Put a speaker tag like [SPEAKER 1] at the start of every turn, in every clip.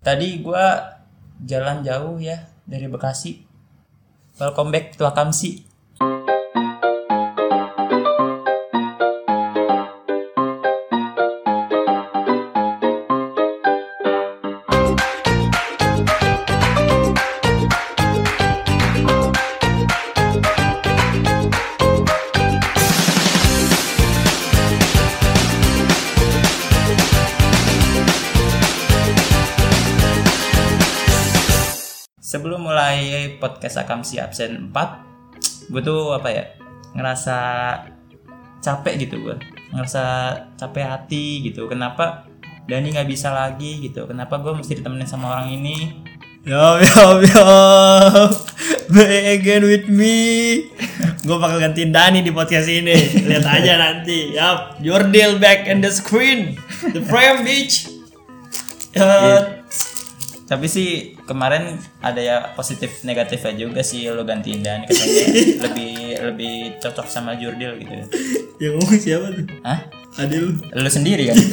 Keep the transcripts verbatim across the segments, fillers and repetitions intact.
[SPEAKER 1] Tadi gua jalan jauh ya dari Bekasi. Welcome back to Akamsi. Sebelum mulai podcast Akamsi absen empat, gue tuh apa ya, ngerasa capek gitu gue, ngerasa capek hati gitu. Kenapa Dani nggak bisa lagi gitu? Kenapa gue mesti ditemenin sama orang ini?
[SPEAKER 2] Yo yo yo, back again with me. Gue bakal gantiin Dani di podcast ini. Lihat aja nanti. Yup, Jordil back in the screen, the frame bitch. Uh,
[SPEAKER 1] Tapi sih kemarin ada ya positif negatifnya juga sih lo gantiin Dani, katanya lebih lebih cocok sama Jordil gitu.
[SPEAKER 2] Yang ngomong siapa tuh?
[SPEAKER 1] Hah?
[SPEAKER 2] Adil.
[SPEAKER 1] Lo sendiri kan?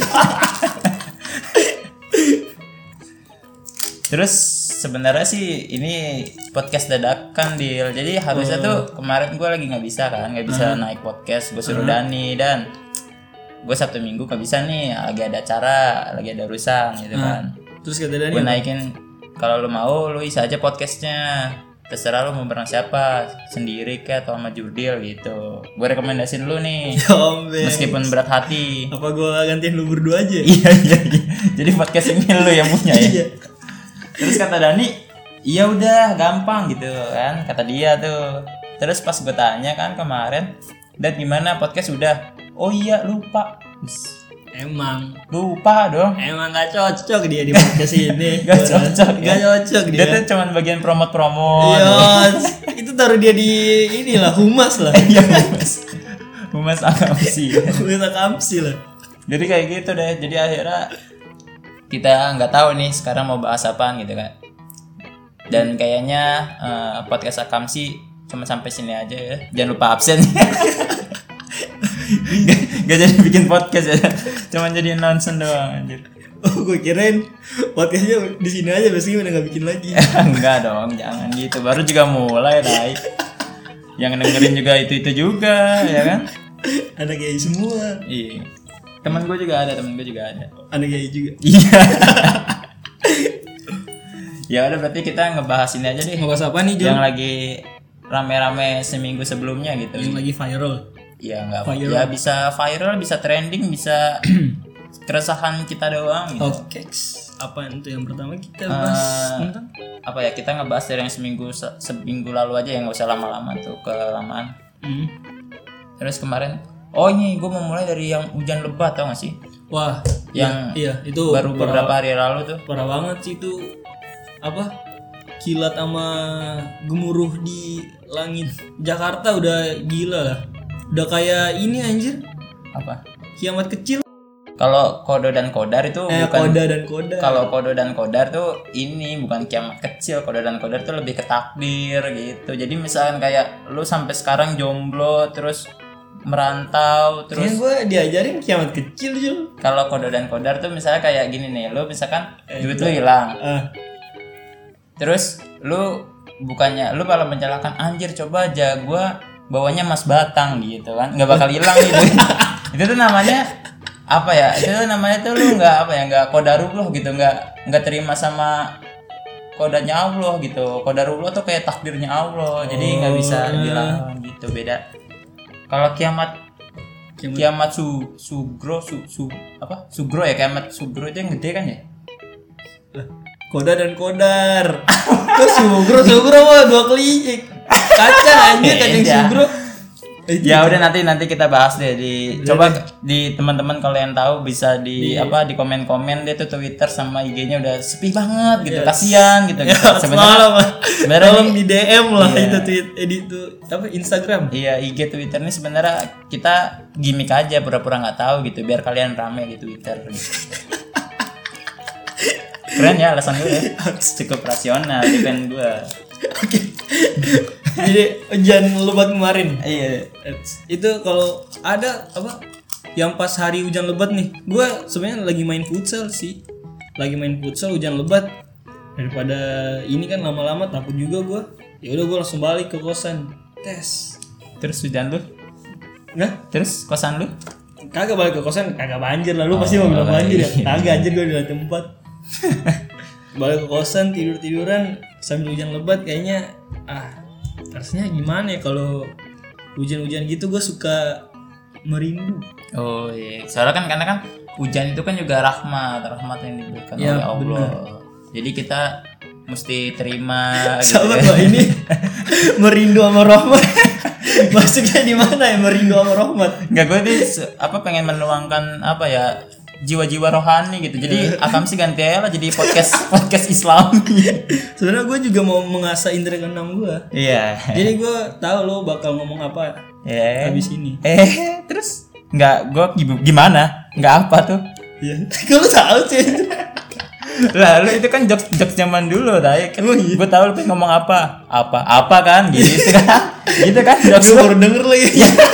[SPEAKER 1] Terus sebenarnya sih ini podcast dadakan Dil. Jadi harusnya
[SPEAKER 2] oh.
[SPEAKER 1] tuh kemarin gue lagi nggak bisa kan, nggak bisa uh. naik podcast. Gue suruh uh. Dani dan gue Sabtu Minggu nggak bisa nih, lagi ada acara, lagi ada urusan gitu uh. kan.
[SPEAKER 2] Terus kata Dani,
[SPEAKER 1] gue naikin, kalau lo mau lo isi aja podcastnya, terserah lo mau bareng siapa, sendiri kayak atau sama Jordil gitu. Gue rekomendasiin lo nih,
[SPEAKER 2] Yombe.
[SPEAKER 1] Meskipun berat hati.
[SPEAKER 2] Apa gue gantiin lo berdua aja?
[SPEAKER 1] Iya iya iya. Jadi podcast ini lo yang punya ya. Terus kata Dani, iya udah gampang gitu kan, kata dia tuh. Terus pas gue tanya kan kemarin, Dan gimana podcast udah? Oh iya lupa.
[SPEAKER 2] Emang
[SPEAKER 1] lupa dong.
[SPEAKER 2] Emang gak cocok dia di podcast ini.
[SPEAKER 1] Gak cocok.
[SPEAKER 2] Gak cocok dia.
[SPEAKER 1] Dia tuh cuman bagian promote-promote.
[SPEAKER 2] Iya. Itu taruh dia di inilah humas lah.
[SPEAKER 1] Iya humas. Humas Akamsi.
[SPEAKER 2] Humas Akamsi lah.
[SPEAKER 1] Jadi kayak gitu deh. Jadi akhirnya kita nggak tahu nih sekarang mau bahas apaan gitu kan. Dan kayaknya uh, podcast Akamsi cuma sampai sini aja ya. Jangan lupa absen. Gak, gak jadi bikin podcast ya, cuma jadi announcement doang anjir.
[SPEAKER 2] Oh gue kirain podcastnya di sini aja, biasanya udah gak bikin lagi.
[SPEAKER 1] Enggak dong, jangan gitu. Baru juga mulai, Rai. Yang dengerin juga itu itu juga, ya kan?
[SPEAKER 2] Anak kiai semua.
[SPEAKER 1] Iya. Temen gue juga ada, temen gue juga ada.
[SPEAKER 2] Anak kiai juga.
[SPEAKER 1] Iya. Ya udah berarti kita ngebahas ini aja deh.
[SPEAKER 2] Ngebahas apa nih, Jon?
[SPEAKER 1] Yang lagi rame-rame seminggu sebelumnya gitu.
[SPEAKER 2] Yang lagi viral.
[SPEAKER 1] Ya nggak, ya bisa viral, bisa trending, bisa keresahan kita doang gitu.
[SPEAKER 2] Oke, okay. Apa itu yang pertama kita bahas uh, tentang?
[SPEAKER 1] Apa ya, kita ngebahas dari yang seminggu se- seminggu lalu aja, yang nggak usah lama-lama tuh, kelamaan. Mm. Terus kemarin, oh ini gue mau mulai dari yang hujan lebat, tau gak sih?
[SPEAKER 2] Wah,
[SPEAKER 1] yang
[SPEAKER 2] iya, iya itu
[SPEAKER 1] baru beberapa parah, hari lalu tuh.
[SPEAKER 2] Parah banget sih itu, apa? Kilat sama gemuruh di langit Jakarta udah gila lah. Udah kayak ini anjir.
[SPEAKER 1] Apa?
[SPEAKER 2] Kiamat kecil.
[SPEAKER 1] Kalau Kodo dan Kodar itu
[SPEAKER 2] eh,
[SPEAKER 1] bukan.
[SPEAKER 2] Koda dan Kodar.
[SPEAKER 1] Kalau Kodo dan Kodar tuh ini bukan kiamat kecil. Kodo dan Kodar tuh lebih ke takdir gitu. Jadi misalkan kayak lu sampai sekarang jomblo terus merantau terus.
[SPEAKER 2] Kayaknya gue diajarin kiamat kecil Jul.
[SPEAKER 1] Kalau Kodo dan Kodar tuh misalnya kayak gini nih, lu misalkan eh, duit lu hilang. Uh. Terus lu bukannya lu malah menyalahkan, anjir coba aja gua bawanya emas batang gitu kan, nggak bakal hilang gitu. Itu tuh namanya apa ya, itu tuh namanya tuh lu nggak apa ya, nggak kodarullah gitu, nggak nggak terima sama kodanya Allah gitu. Kodarullah tuh kayak takdirnya Allah, jadi nggak bisa bilang gitu. Beda kalau kiamat kiamat, kiamat su sugro su, su apa sugro ya, kiamat sugro itu yang gede kan ya.
[SPEAKER 2] Koda dan Kodar. Terus sugro sugro mah dua keliling. Kaca anjir, kacang sugro.
[SPEAKER 1] Ya udah nanti nanti kita bahas deh di udah coba deh. Di teman-teman kalau yang tahu bisa di, di apa di komen-komen deh tuh Twitter sama I G-nya udah sepi banget gitu. Yes. Kasihan gitu.
[SPEAKER 2] Ya, sebenarnya sebenarnya tolong di D M lah iya. Itu tweet itu apa Instagram.
[SPEAKER 1] Iya, I G Twitter ini sebenarnya kita gimmick aja, pura-pura enggak tahu gitu biar kalian rame di Twitter gitu. Keren ya alasan gue ya. Cukup rasional defend gue.
[SPEAKER 2] Oke. Jadi hujan lebat kemarin.
[SPEAKER 1] Iya.
[SPEAKER 2] Itu kalau ada apa yang pas hari hujan lebat nih, gue sebenarnya lagi main futsal sih. lagi main futsal hujan lebat, daripada ini kan lama-lama takut juga gue, ya udah gue langsung balik ke kosan tes.
[SPEAKER 1] Terus hujan lu?
[SPEAKER 2] Nggak?
[SPEAKER 1] Terus kosan lu?
[SPEAKER 2] Kagak balik ke kosan, kagak banjir lah. Lu
[SPEAKER 1] Oh,
[SPEAKER 2] pasti mau bilang banjir ya?
[SPEAKER 1] iya.
[SPEAKER 2] Kagak, anjir gue di lantai empat. Balik ke kosan, tidur-tiduran sambil hujan lebat kayaknya. Ah, rasanya gimana ya kalau hujan-hujan gitu gue suka merindu.
[SPEAKER 1] Oh iya, soalnya kan karena kan hujan itu kan juga rahmat, rahmat yang diberikan
[SPEAKER 2] Ya,
[SPEAKER 1] oleh Allah.
[SPEAKER 2] benar.
[SPEAKER 1] Jadi kita mesti terima gitu
[SPEAKER 2] Sahabat
[SPEAKER 1] ya.
[SPEAKER 2] gua ini merindu sama rahmat. Maksudnya di mana ya merindu sama rahmat?
[SPEAKER 1] Enggak, gue nih se- apa pengen menuangkan apa ya jiwa-jiwa rohani gitu. Jadi Akam sih ganti aja lah jadi podcast podcast Islam.
[SPEAKER 2] Sebenarnya gue juga mau mengasah indera keenam gue.
[SPEAKER 1] Iya.
[SPEAKER 2] Jadi gue tahu lo bakal ngomong apa
[SPEAKER 1] Eh.
[SPEAKER 2] habis ini.
[SPEAKER 1] Eh, terus enggak gue gimana? Enggak apa tuh?
[SPEAKER 2] Iya. Kalau tahu sih.
[SPEAKER 1] Lah lu itu kan jokes jokes zaman dulu dah ya kan.
[SPEAKER 2] Oh, iya.
[SPEAKER 1] Gue tahu lu pengen ngomong apa? Apa? Apa kan gitu kan. Gitu kan jokes
[SPEAKER 2] Gue
[SPEAKER 1] lu.
[SPEAKER 2] baru denger lagi.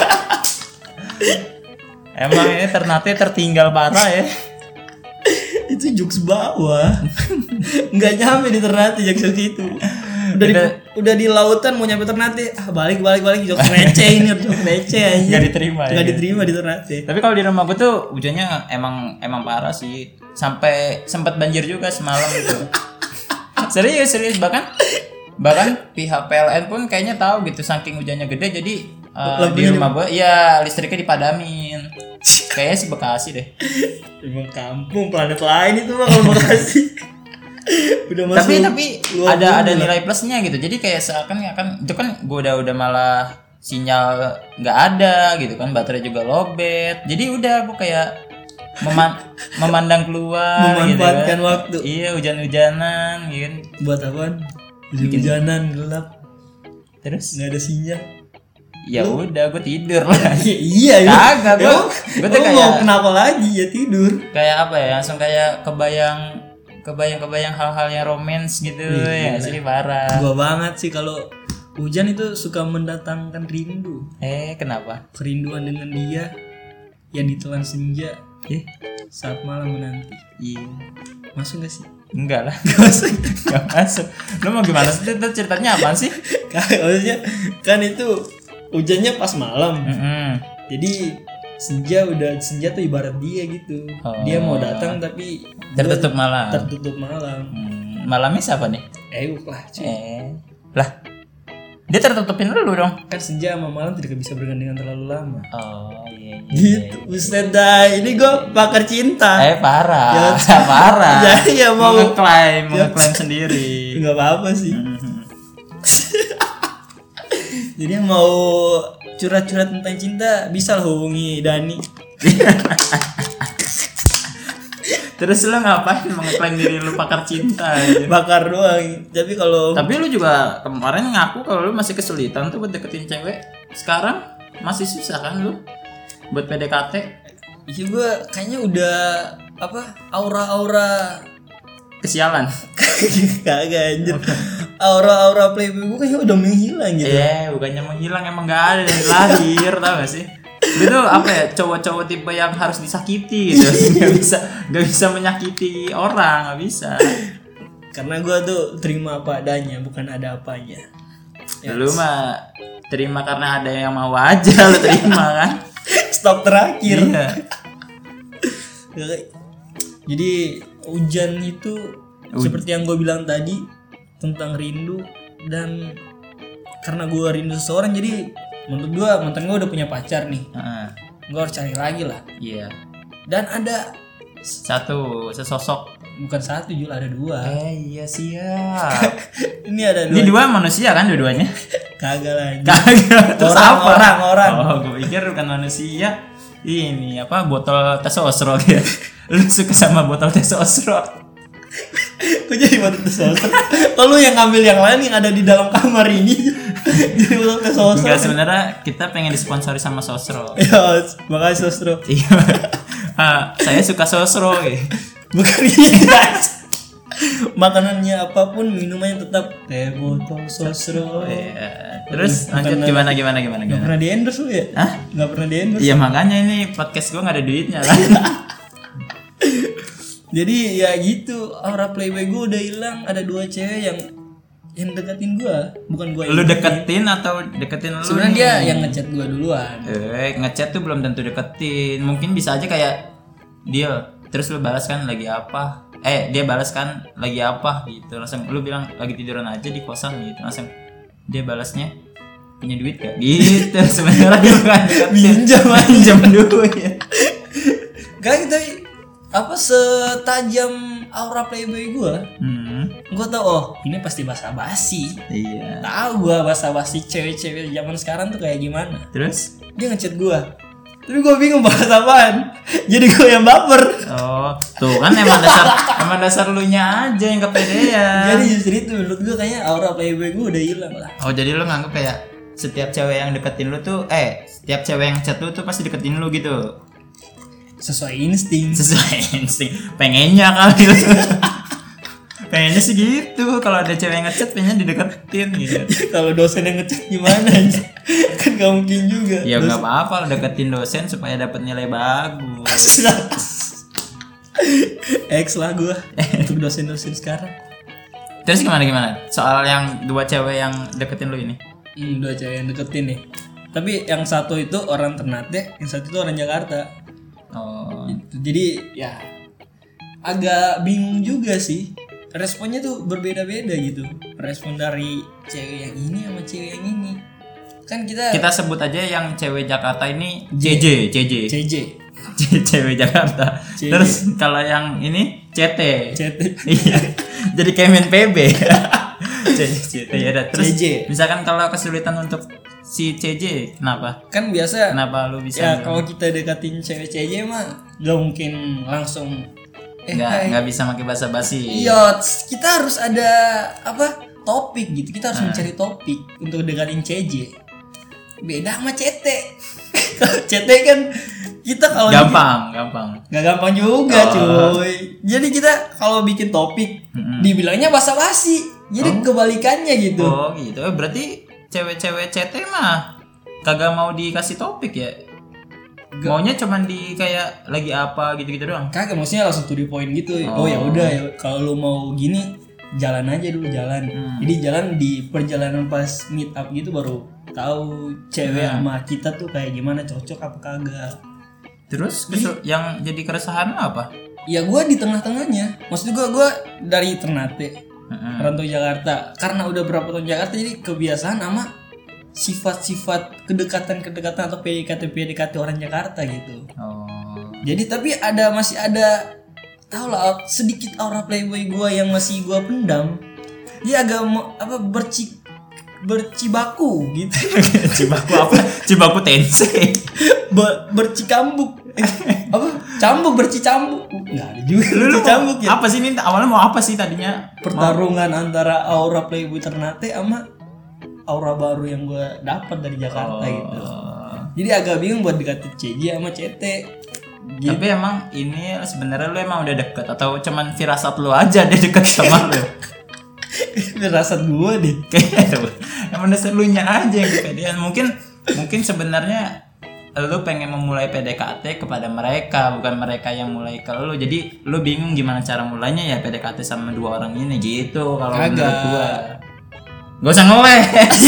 [SPEAKER 1] Emang ini ternate tertinggal parah ya.
[SPEAKER 2] Itu jokes bawah. Nggak nyampe di Ternate jokes itu. Udah di,
[SPEAKER 1] Kita-
[SPEAKER 2] udah di lautan mau nyampe Ternate, ah balik balik balik jokes receh ini, jokes receh aja.
[SPEAKER 1] Nggak diterima ya.
[SPEAKER 2] Nggak diterima di Ternate.
[SPEAKER 1] Tapi kalau di rumah gue tuh hujannya emang emang parah sih. Sampai sempat banjir juga semalam gitu. Serius serius bahkan bahkan pihak P L N pun kayaknya tahu gitu saking hujannya gede jadi uh, di
[SPEAKER 2] Lampunya
[SPEAKER 1] rumah gue ya listriknya dipadamin. Kayaknya sih Bekasi deh.
[SPEAKER 2] Emang kampung planet lain itu mah kalau Bekasi. Udah masuk.
[SPEAKER 1] Tapi tapi
[SPEAKER 2] luar
[SPEAKER 1] ada ada
[SPEAKER 2] bumi lah.
[SPEAKER 1] nilai plusnya gitu. Jadi kayak seakan kan itu kan gue udah udah malah sinyal nggak ada gitu kan, baterai juga lowbat. Jadi udah gue kayak meman- memandang keluar
[SPEAKER 2] Memanfaatkan
[SPEAKER 1] gitu kan.
[SPEAKER 2] waktu.
[SPEAKER 1] Iya, hujan-hujanan gitu.
[SPEAKER 2] Buat apaan? Hujan-hujanan gelap,
[SPEAKER 1] Terus
[SPEAKER 2] nggak ada sinyal.
[SPEAKER 1] ya udah gue tidur lah.
[SPEAKER 2] Iya, iya.
[SPEAKER 1] Kagak, gua-
[SPEAKER 2] Emang-
[SPEAKER 1] gua tuh
[SPEAKER 2] emang
[SPEAKER 1] kayak-
[SPEAKER 2] mau kenapa lagi ya tidur.
[SPEAKER 1] Kayak apa ya? Langsung kayak kebayang kebayang-kebayang hal-hal yang romance gitu ya, sih parah.
[SPEAKER 2] Gua banget sih kalau hujan itu suka mendatangkan rindu.
[SPEAKER 1] Eh, kenapa?
[SPEAKER 2] Kerinduan dengan dia yang ditelan senja
[SPEAKER 1] Eh,
[SPEAKER 2] saat malam menanti.
[SPEAKER 1] iya.
[SPEAKER 2] Masuk gak sih?
[SPEAKER 1] Enggak lah, gak masuk. Gak masuk. Lu mau gimana sih? Itu ceritanya apaan sih?
[SPEAKER 2] Kayak maksudnya kan itu hujannya pas malam.
[SPEAKER 1] Mm-mm.
[SPEAKER 2] Jadi senja udah senja tuh ibarat dia gitu.
[SPEAKER 1] Oh.
[SPEAKER 2] Dia mau datang tapi
[SPEAKER 1] Tertutup malam.
[SPEAKER 2] tertutup malam.
[SPEAKER 1] Hmm, malamnya siapa nih?
[SPEAKER 2] Eh lah, cuy.
[SPEAKER 1] Eh, lah. Dia tertutupin dulu dong.
[SPEAKER 2] Kan senja sama malam tidak bisa bergandengan terlalu lama.
[SPEAKER 1] Oh, iya. iya,
[SPEAKER 2] Gitu. Buset dah, ini gue pakar cinta.
[SPEAKER 1] Eh, parah.
[SPEAKER 2] Ya,
[SPEAKER 1] parah.
[SPEAKER 2] Jadi ya mau
[SPEAKER 1] ngeklaim,
[SPEAKER 2] Ya.
[SPEAKER 1] ngeklaim sendiri.
[SPEAKER 2] nggak apa-apa sih.
[SPEAKER 1] Mhm.
[SPEAKER 2] Jadi yang mau curhat-curhat tentang cinta bisa lah hubungi Dani.
[SPEAKER 1] Terus lu ngapain mengeklaim diri lu pakar cinta gitu?
[SPEAKER 2] Bakar doang. Tapi kalau
[SPEAKER 1] Tapi lu juga kemarin ngaku kalau lu masih kesulitan tuh buat deketin cewek. Sekarang masih susah kan lu buat P D K T?
[SPEAKER 2] iya gue kayaknya udah apa aura-aura
[SPEAKER 1] Kesialan.
[SPEAKER 2] kagak anjir. Aura-aura playboy gue kayaknya udah menghilang gitu.
[SPEAKER 1] Eh, bukannya menghilang, emang gak ada dari lahir, tau gak sih? Itu apa ya, cowok-cowok tipe yang harus disakiti gitu. Gak bisa, gak bisa menyakiti orang, gak bisa.
[SPEAKER 2] Karena gue tuh terima apa adanya, bukan ada apanya. Ya,
[SPEAKER 1] Lu mah terima karena ada yang mau aja, lu terima kan?
[SPEAKER 2] stop terakhir.
[SPEAKER 1] Iya.
[SPEAKER 2] Jadi hujan itu seperti yang gue bilang tadi tentang rindu, dan karena gue rindu seseorang jadi menurut gue mantan gue udah punya pacar nih,
[SPEAKER 1] Heeh.
[SPEAKER 2] gue harus cari lagi lah.
[SPEAKER 1] Iya.
[SPEAKER 2] Dan ada
[SPEAKER 1] Satu, sesosok.
[SPEAKER 2] bukan satu Jul, ada dua.
[SPEAKER 1] Eh, iya siap.
[SPEAKER 2] Ini ada
[SPEAKER 1] Ini
[SPEAKER 2] dua.
[SPEAKER 1] dua manusia kan dua-duanya?
[SPEAKER 2] Kagak lagi.
[SPEAKER 1] Kagak. Terus
[SPEAKER 2] Orang,
[SPEAKER 1] apa?
[SPEAKER 2] orang, orang.
[SPEAKER 1] Oh, gue pikir bukan manusia. Ini apa, botol tes osro gitu. Lu suka sama botol tes osro?
[SPEAKER 2] Kok jadi botol tes sosro? Oh, lu yang ngambil yang lain yang ada di dalam kamar ini. Jadi botol tes sosro.
[SPEAKER 1] Enggak, sebenarnya kita pengen disponsori sama Sosro.
[SPEAKER 2] Ya, makasih sosro.
[SPEAKER 1] Iya. Ah, saya suka Sosro gitu.
[SPEAKER 2] Bukan gitu. Makanannya apapun, minumannya tetap teh botol sosro.
[SPEAKER 1] Iya. Terus
[SPEAKER 2] Bukan
[SPEAKER 1] lanjut
[SPEAKER 2] lagi.
[SPEAKER 1] gimana gimana gimana
[SPEAKER 2] Gak
[SPEAKER 1] gimana?
[SPEAKER 2] pernah di endorse lu ya?
[SPEAKER 1] Hah?
[SPEAKER 2] Gak pernah di endorse.
[SPEAKER 1] Iya makanya ini podcast gue nggak ada duitnya lah.
[SPEAKER 2] Jadi ya gitu, aura playboy gue udah hilang. Ada dua cewek yang yang deketin gue, bukan gue.
[SPEAKER 1] Lu deketin atau deketin lu?
[SPEAKER 2] Sebenarnya dia yang ngechat gue duluan.
[SPEAKER 1] Eh, ngechat tuh belum tentu deketin. Mungkin bisa aja kayak deal, terus lu balas kan lagi apa? Eh, dia balas kan lagi apa gitu. Langsung lu bilang lagi tiduran aja di kosan gitu. Langsung dia balasnya punya duit gak? Gitu. Sebenarnya dia bukan
[SPEAKER 2] Minjam
[SPEAKER 1] minjam duit.
[SPEAKER 2] Gak tapi apa setajam aura playboy gue,
[SPEAKER 1] Hmm.
[SPEAKER 2] gue tau oh ini pasti basa-basi.
[SPEAKER 1] Iya.
[SPEAKER 2] Tahu gue basa-basi cewek-cewek zaman sekarang tuh kayak gimana.
[SPEAKER 1] Terus?
[SPEAKER 2] Dia ngechat gue, tapi gue bingung bahas apaan. Jadi gue yang baper.
[SPEAKER 1] Oh, tuh kan emang dasar emang dasar lu nya aja yang kepedean.
[SPEAKER 2] Jadi justru itu menurut gue kayaknya aura playboy gue udah hilang lah.
[SPEAKER 1] Oh, jadi lu nganggep kayak setiap cewek yang deketin lu tuh eh setiap cewek yang chat lu tuh pasti deketin lu gitu.
[SPEAKER 2] Sesuai insting.
[SPEAKER 1] Sesuai insting. Pengennya kali lu. Pengennya sih gitu. Kalau ada cewek yang ngechat pengennya dideketin gitu.
[SPEAKER 2] Kalau dosen yang ngechat gimana? Kan gak mungkin juga.
[SPEAKER 1] Ya nggak apa-apa, deketin dosen supaya dapat nilai bagus.
[SPEAKER 2] X lah gue untuk dosen-dosen sekarang.
[SPEAKER 1] Terus gimana gimana? Soal yang dua cewek yang deketin lu ini?
[SPEAKER 2] Hmm, dua cewek yang deketin nih. Tapi yang satu itu orang Ternate, yang satu itu orang Jakarta.
[SPEAKER 1] Oh.
[SPEAKER 2] Jadi ya agak bingung juga sih. Responnya tuh berbeda-beda gitu. Respon dari cewek yang ini sama cewek yang ini. Kan kita
[SPEAKER 1] Kita sebut aja yang cewek Jakarta ini C J, C J.
[SPEAKER 2] C J.
[SPEAKER 1] Cewek Jakarta.
[SPEAKER 2] C J.
[SPEAKER 1] Terus kalau yang ini C T.
[SPEAKER 2] C T.
[SPEAKER 1] Iya. Jadi kayak main P B. C J, C T ya udah. Terus
[SPEAKER 2] C J.
[SPEAKER 1] misalkan kalau kesulitan untuk si C J, kenapa?
[SPEAKER 2] Kan biasa
[SPEAKER 1] Kenapa lu bisa?
[SPEAKER 2] ya kalau kita dekatin cewek C J mah gak mungkin langsung eh
[SPEAKER 1] nggak
[SPEAKER 2] hai.
[SPEAKER 1] nggak bisa pakai basa basi.
[SPEAKER 2] Iya, kita harus ada apa? Topik gitu. Kita harus
[SPEAKER 1] Nah.
[SPEAKER 2] mencari topik untuk dekatin C J. Beda sama C T. C T kan kita kalau
[SPEAKER 1] Gampang, gampang.
[SPEAKER 2] nggak gampang juga
[SPEAKER 1] Oh.
[SPEAKER 2] cuy. Jadi kita kalau bikin topik
[SPEAKER 1] Mm-mm.
[SPEAKER 2] dibilangnya basa-basi. Jadi kebalikannya gitu.
[SPEAKER 1] Oh gitu. Eh, berarti cewek-cewek C T mah kagak mau dikasih topik ya? Maunya cuman di kayak lagi apa gitu-gitu doang.
[SPEAKER 2] Kagak, maksudnya langsung to the point gitu.
[SPEAKER 1] Oh.
[SPEAKER 2] Oh, ya udah ya kalau lu mau gini jalan aja dulu jalan.
[SPEAKER 1] Hmm.
[SPEAKER 2] Jadi jalan di perjalanan pas meet up gitu baru tahu cewek
[SPEAKER 1] Hmm.
[SPEAKER 2] sama kita tuh kayak gimana, cocok apa kagak.
[SPEAKER 1] Terus kesu- yang jadi keresahan lu apa?
[SPEAKER 2] Ya gue di tengah-tengahnya. Maksud gue gue dari Ternate,
[SPEAKER 1] Heeh.
[SPEAKER 2] rantau Jakarta. Karena udah berapa tahun Jakarta jadi kebiasaan sama sifat-sifat kedekatan-kedekatan atau P D K T P D K T orang Jakarta gitu.
[SPEAKER 1] Oh.
[SPEAKER 2] Jadi tapi ada masih ada tau lah sedikit aura playboy gua yang masih gua pendam. Dia agak mo- apa berci bercibaku gitu.
[SPEAKER 1] Cibaku apa? Cibaku Tensei.
[SPEAKER 2] Ber, bercikambuk. Eh, apa? Cambuk bercicambuk. Enggak ada juga
[SPEAKER 1] Lu, lu
[SPEAKER 2] bercicambuk
[SPEAKER 1] mau,
[SPEAKER 2] ya.
[SPEAKER 1] apa sih ini awalnya mau apa sih tadinya?
[SPEAKER 2] Pertarungan antara aura playboy Ternate sama aura baru yang gua dapat dari Jakarta
[SPEAKER 1] Oh.
[SPEAKER 2] gitu. Jadi agak bingung buat deketin C J sama C T. Gitu.
[SPEAKER 1] Tapi emang ini sebenarnya lu emang udah deket atau cuman firasat lu aja dia deket sama lu?
[SPEAKER 2] Firasat gua deh.
[SPEAKER 1] Kayak emang dasar lu nya aja yang kepedean. Mungkin mungkin sebenarnya lu pengen memulai P D K T kepada mereka, bukan mereka yang mulai ke lu. Jadi lu bingung gimana cara mulainya ya P D K T sama dua orang ini gitu kalau
[SPEAKER 2] Kagak.
[SPEAKER 1] menurut gua. Gak usah ngeles.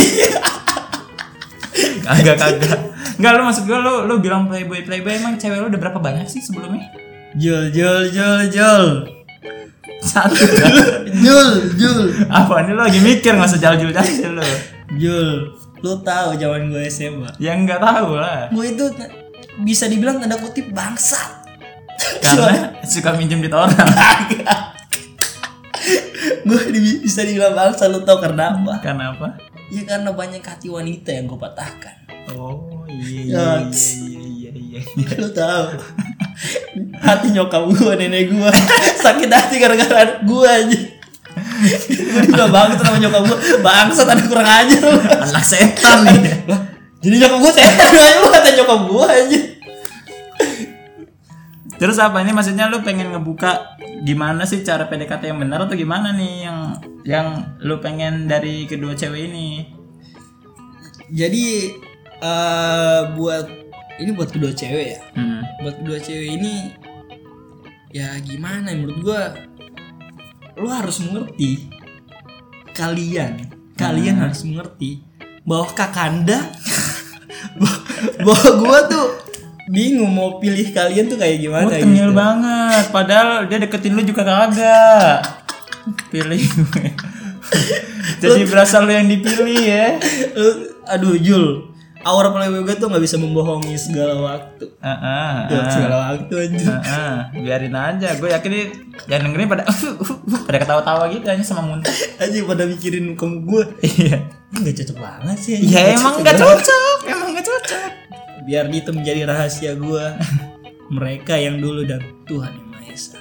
[SPEAKER 1] Kagak kagak. Enggak, lu maksud gua lu lu bilang playboy playboy emang cewek lu udah berapa banyak sih sebelumnya?
[SPEAKER 2] Jul jul jul jul.
[SPEAKER 1] Satu kan?
[SPEAKER 2] Jul jul.
[SPEAKER 1] Apa ini lu lagi mikir nggak usah jauh-jauh aja lu.
[SPEAKER 2] Jul, lu tahu zaman gue S M A.
[SPEAKER 1] Ya enggak tahu lah.
[SPEAKER 2] Gue itu t- bisa dibilang tanda kutip bangsat.
[SPEAKER 1] Karena suka minjem duit orang.
[SPEAKER 2] Gue di- bisa dibilang bangsat, lu tau karena apa?
[SPEAKER 1] Karena apa?
[SPEAKER 2] Ya karena banyak hati wanita yang gue patahkan.
[SPEAKER 1] Oh iya iya
[SPEAKER 2] Ya,
[SPEAKER 1] iya iya iya.
[SPEAKER 2] Lu tahu? Hati nyokap gue, nenek gue sakit hati gara-gara gue aja. Gue dibilang bangsat sama nyokap gue. Bangsat, ada kurang aja lu.
[SPEAKER 1] Anak setan nih.
[SPEAKER 2] Lah, jadi nyokap gue setan aja, lu kata nyokap gue aja.
[SPEAKER 1] Terus apa ini maksudnya lu pengen ngebuka gimana sih cara P D K T yang benar atau gimana nih yang yang lu pengen dari kedua cewek ini?
[SPEAKER 2] Jadi eh buat ini buat kedua cewek ya.
[SPEAKER 1] Hmm.
[SPEAKER 2] Buat kedua cewek ini ya gimana menurut gue, lu harus mengerti, kalian kalian
[SPEAKER 1] Hmm.
[SPEAKER 2] harus mengerti bahwa Kakanda bahwa gue tuh bingung mau pilih kalian tuh kayak gimana.
[SPEAKER 1] Gue tengil
[SPEAKER 2] gitu.
[SPEAKER 1] banget, padahal dia deketin lu juga kagak. Pilih gue. Jadi berasa lu yang dipilih ya.
[SPEAKER 2] Lu- aduh Jul, aura playboy gue tuh nggak bisa membohongi segala waktu.
[SPEAKER 1] Heeh.
[SPEAKER 2] Ya, segala waktu anjir.
[SPEAKER 1] Heeh, biarin aja. Gue yakin nih yang dengerin pada pada ketawa-tawa gitu aja sama muntah.
[SPEAKER 2] Aja pada mikirin kamu gue.
[SPEAKER 1] Iya.
[SPEAKER 2] Nggak cocok banget sih.
[SPEAKER 1] Ya emang
[SPEAKER 2] cocok
[SPEAKER 1] enggak
[SPEAKER 2] banget.
[SPEAKER 1] cocok, emang enggak cocok.
[SPEAKER 2] Biar itu menjadi rahasia gue. Mereka yang dulu dan Tuhan Yang Maha Esa.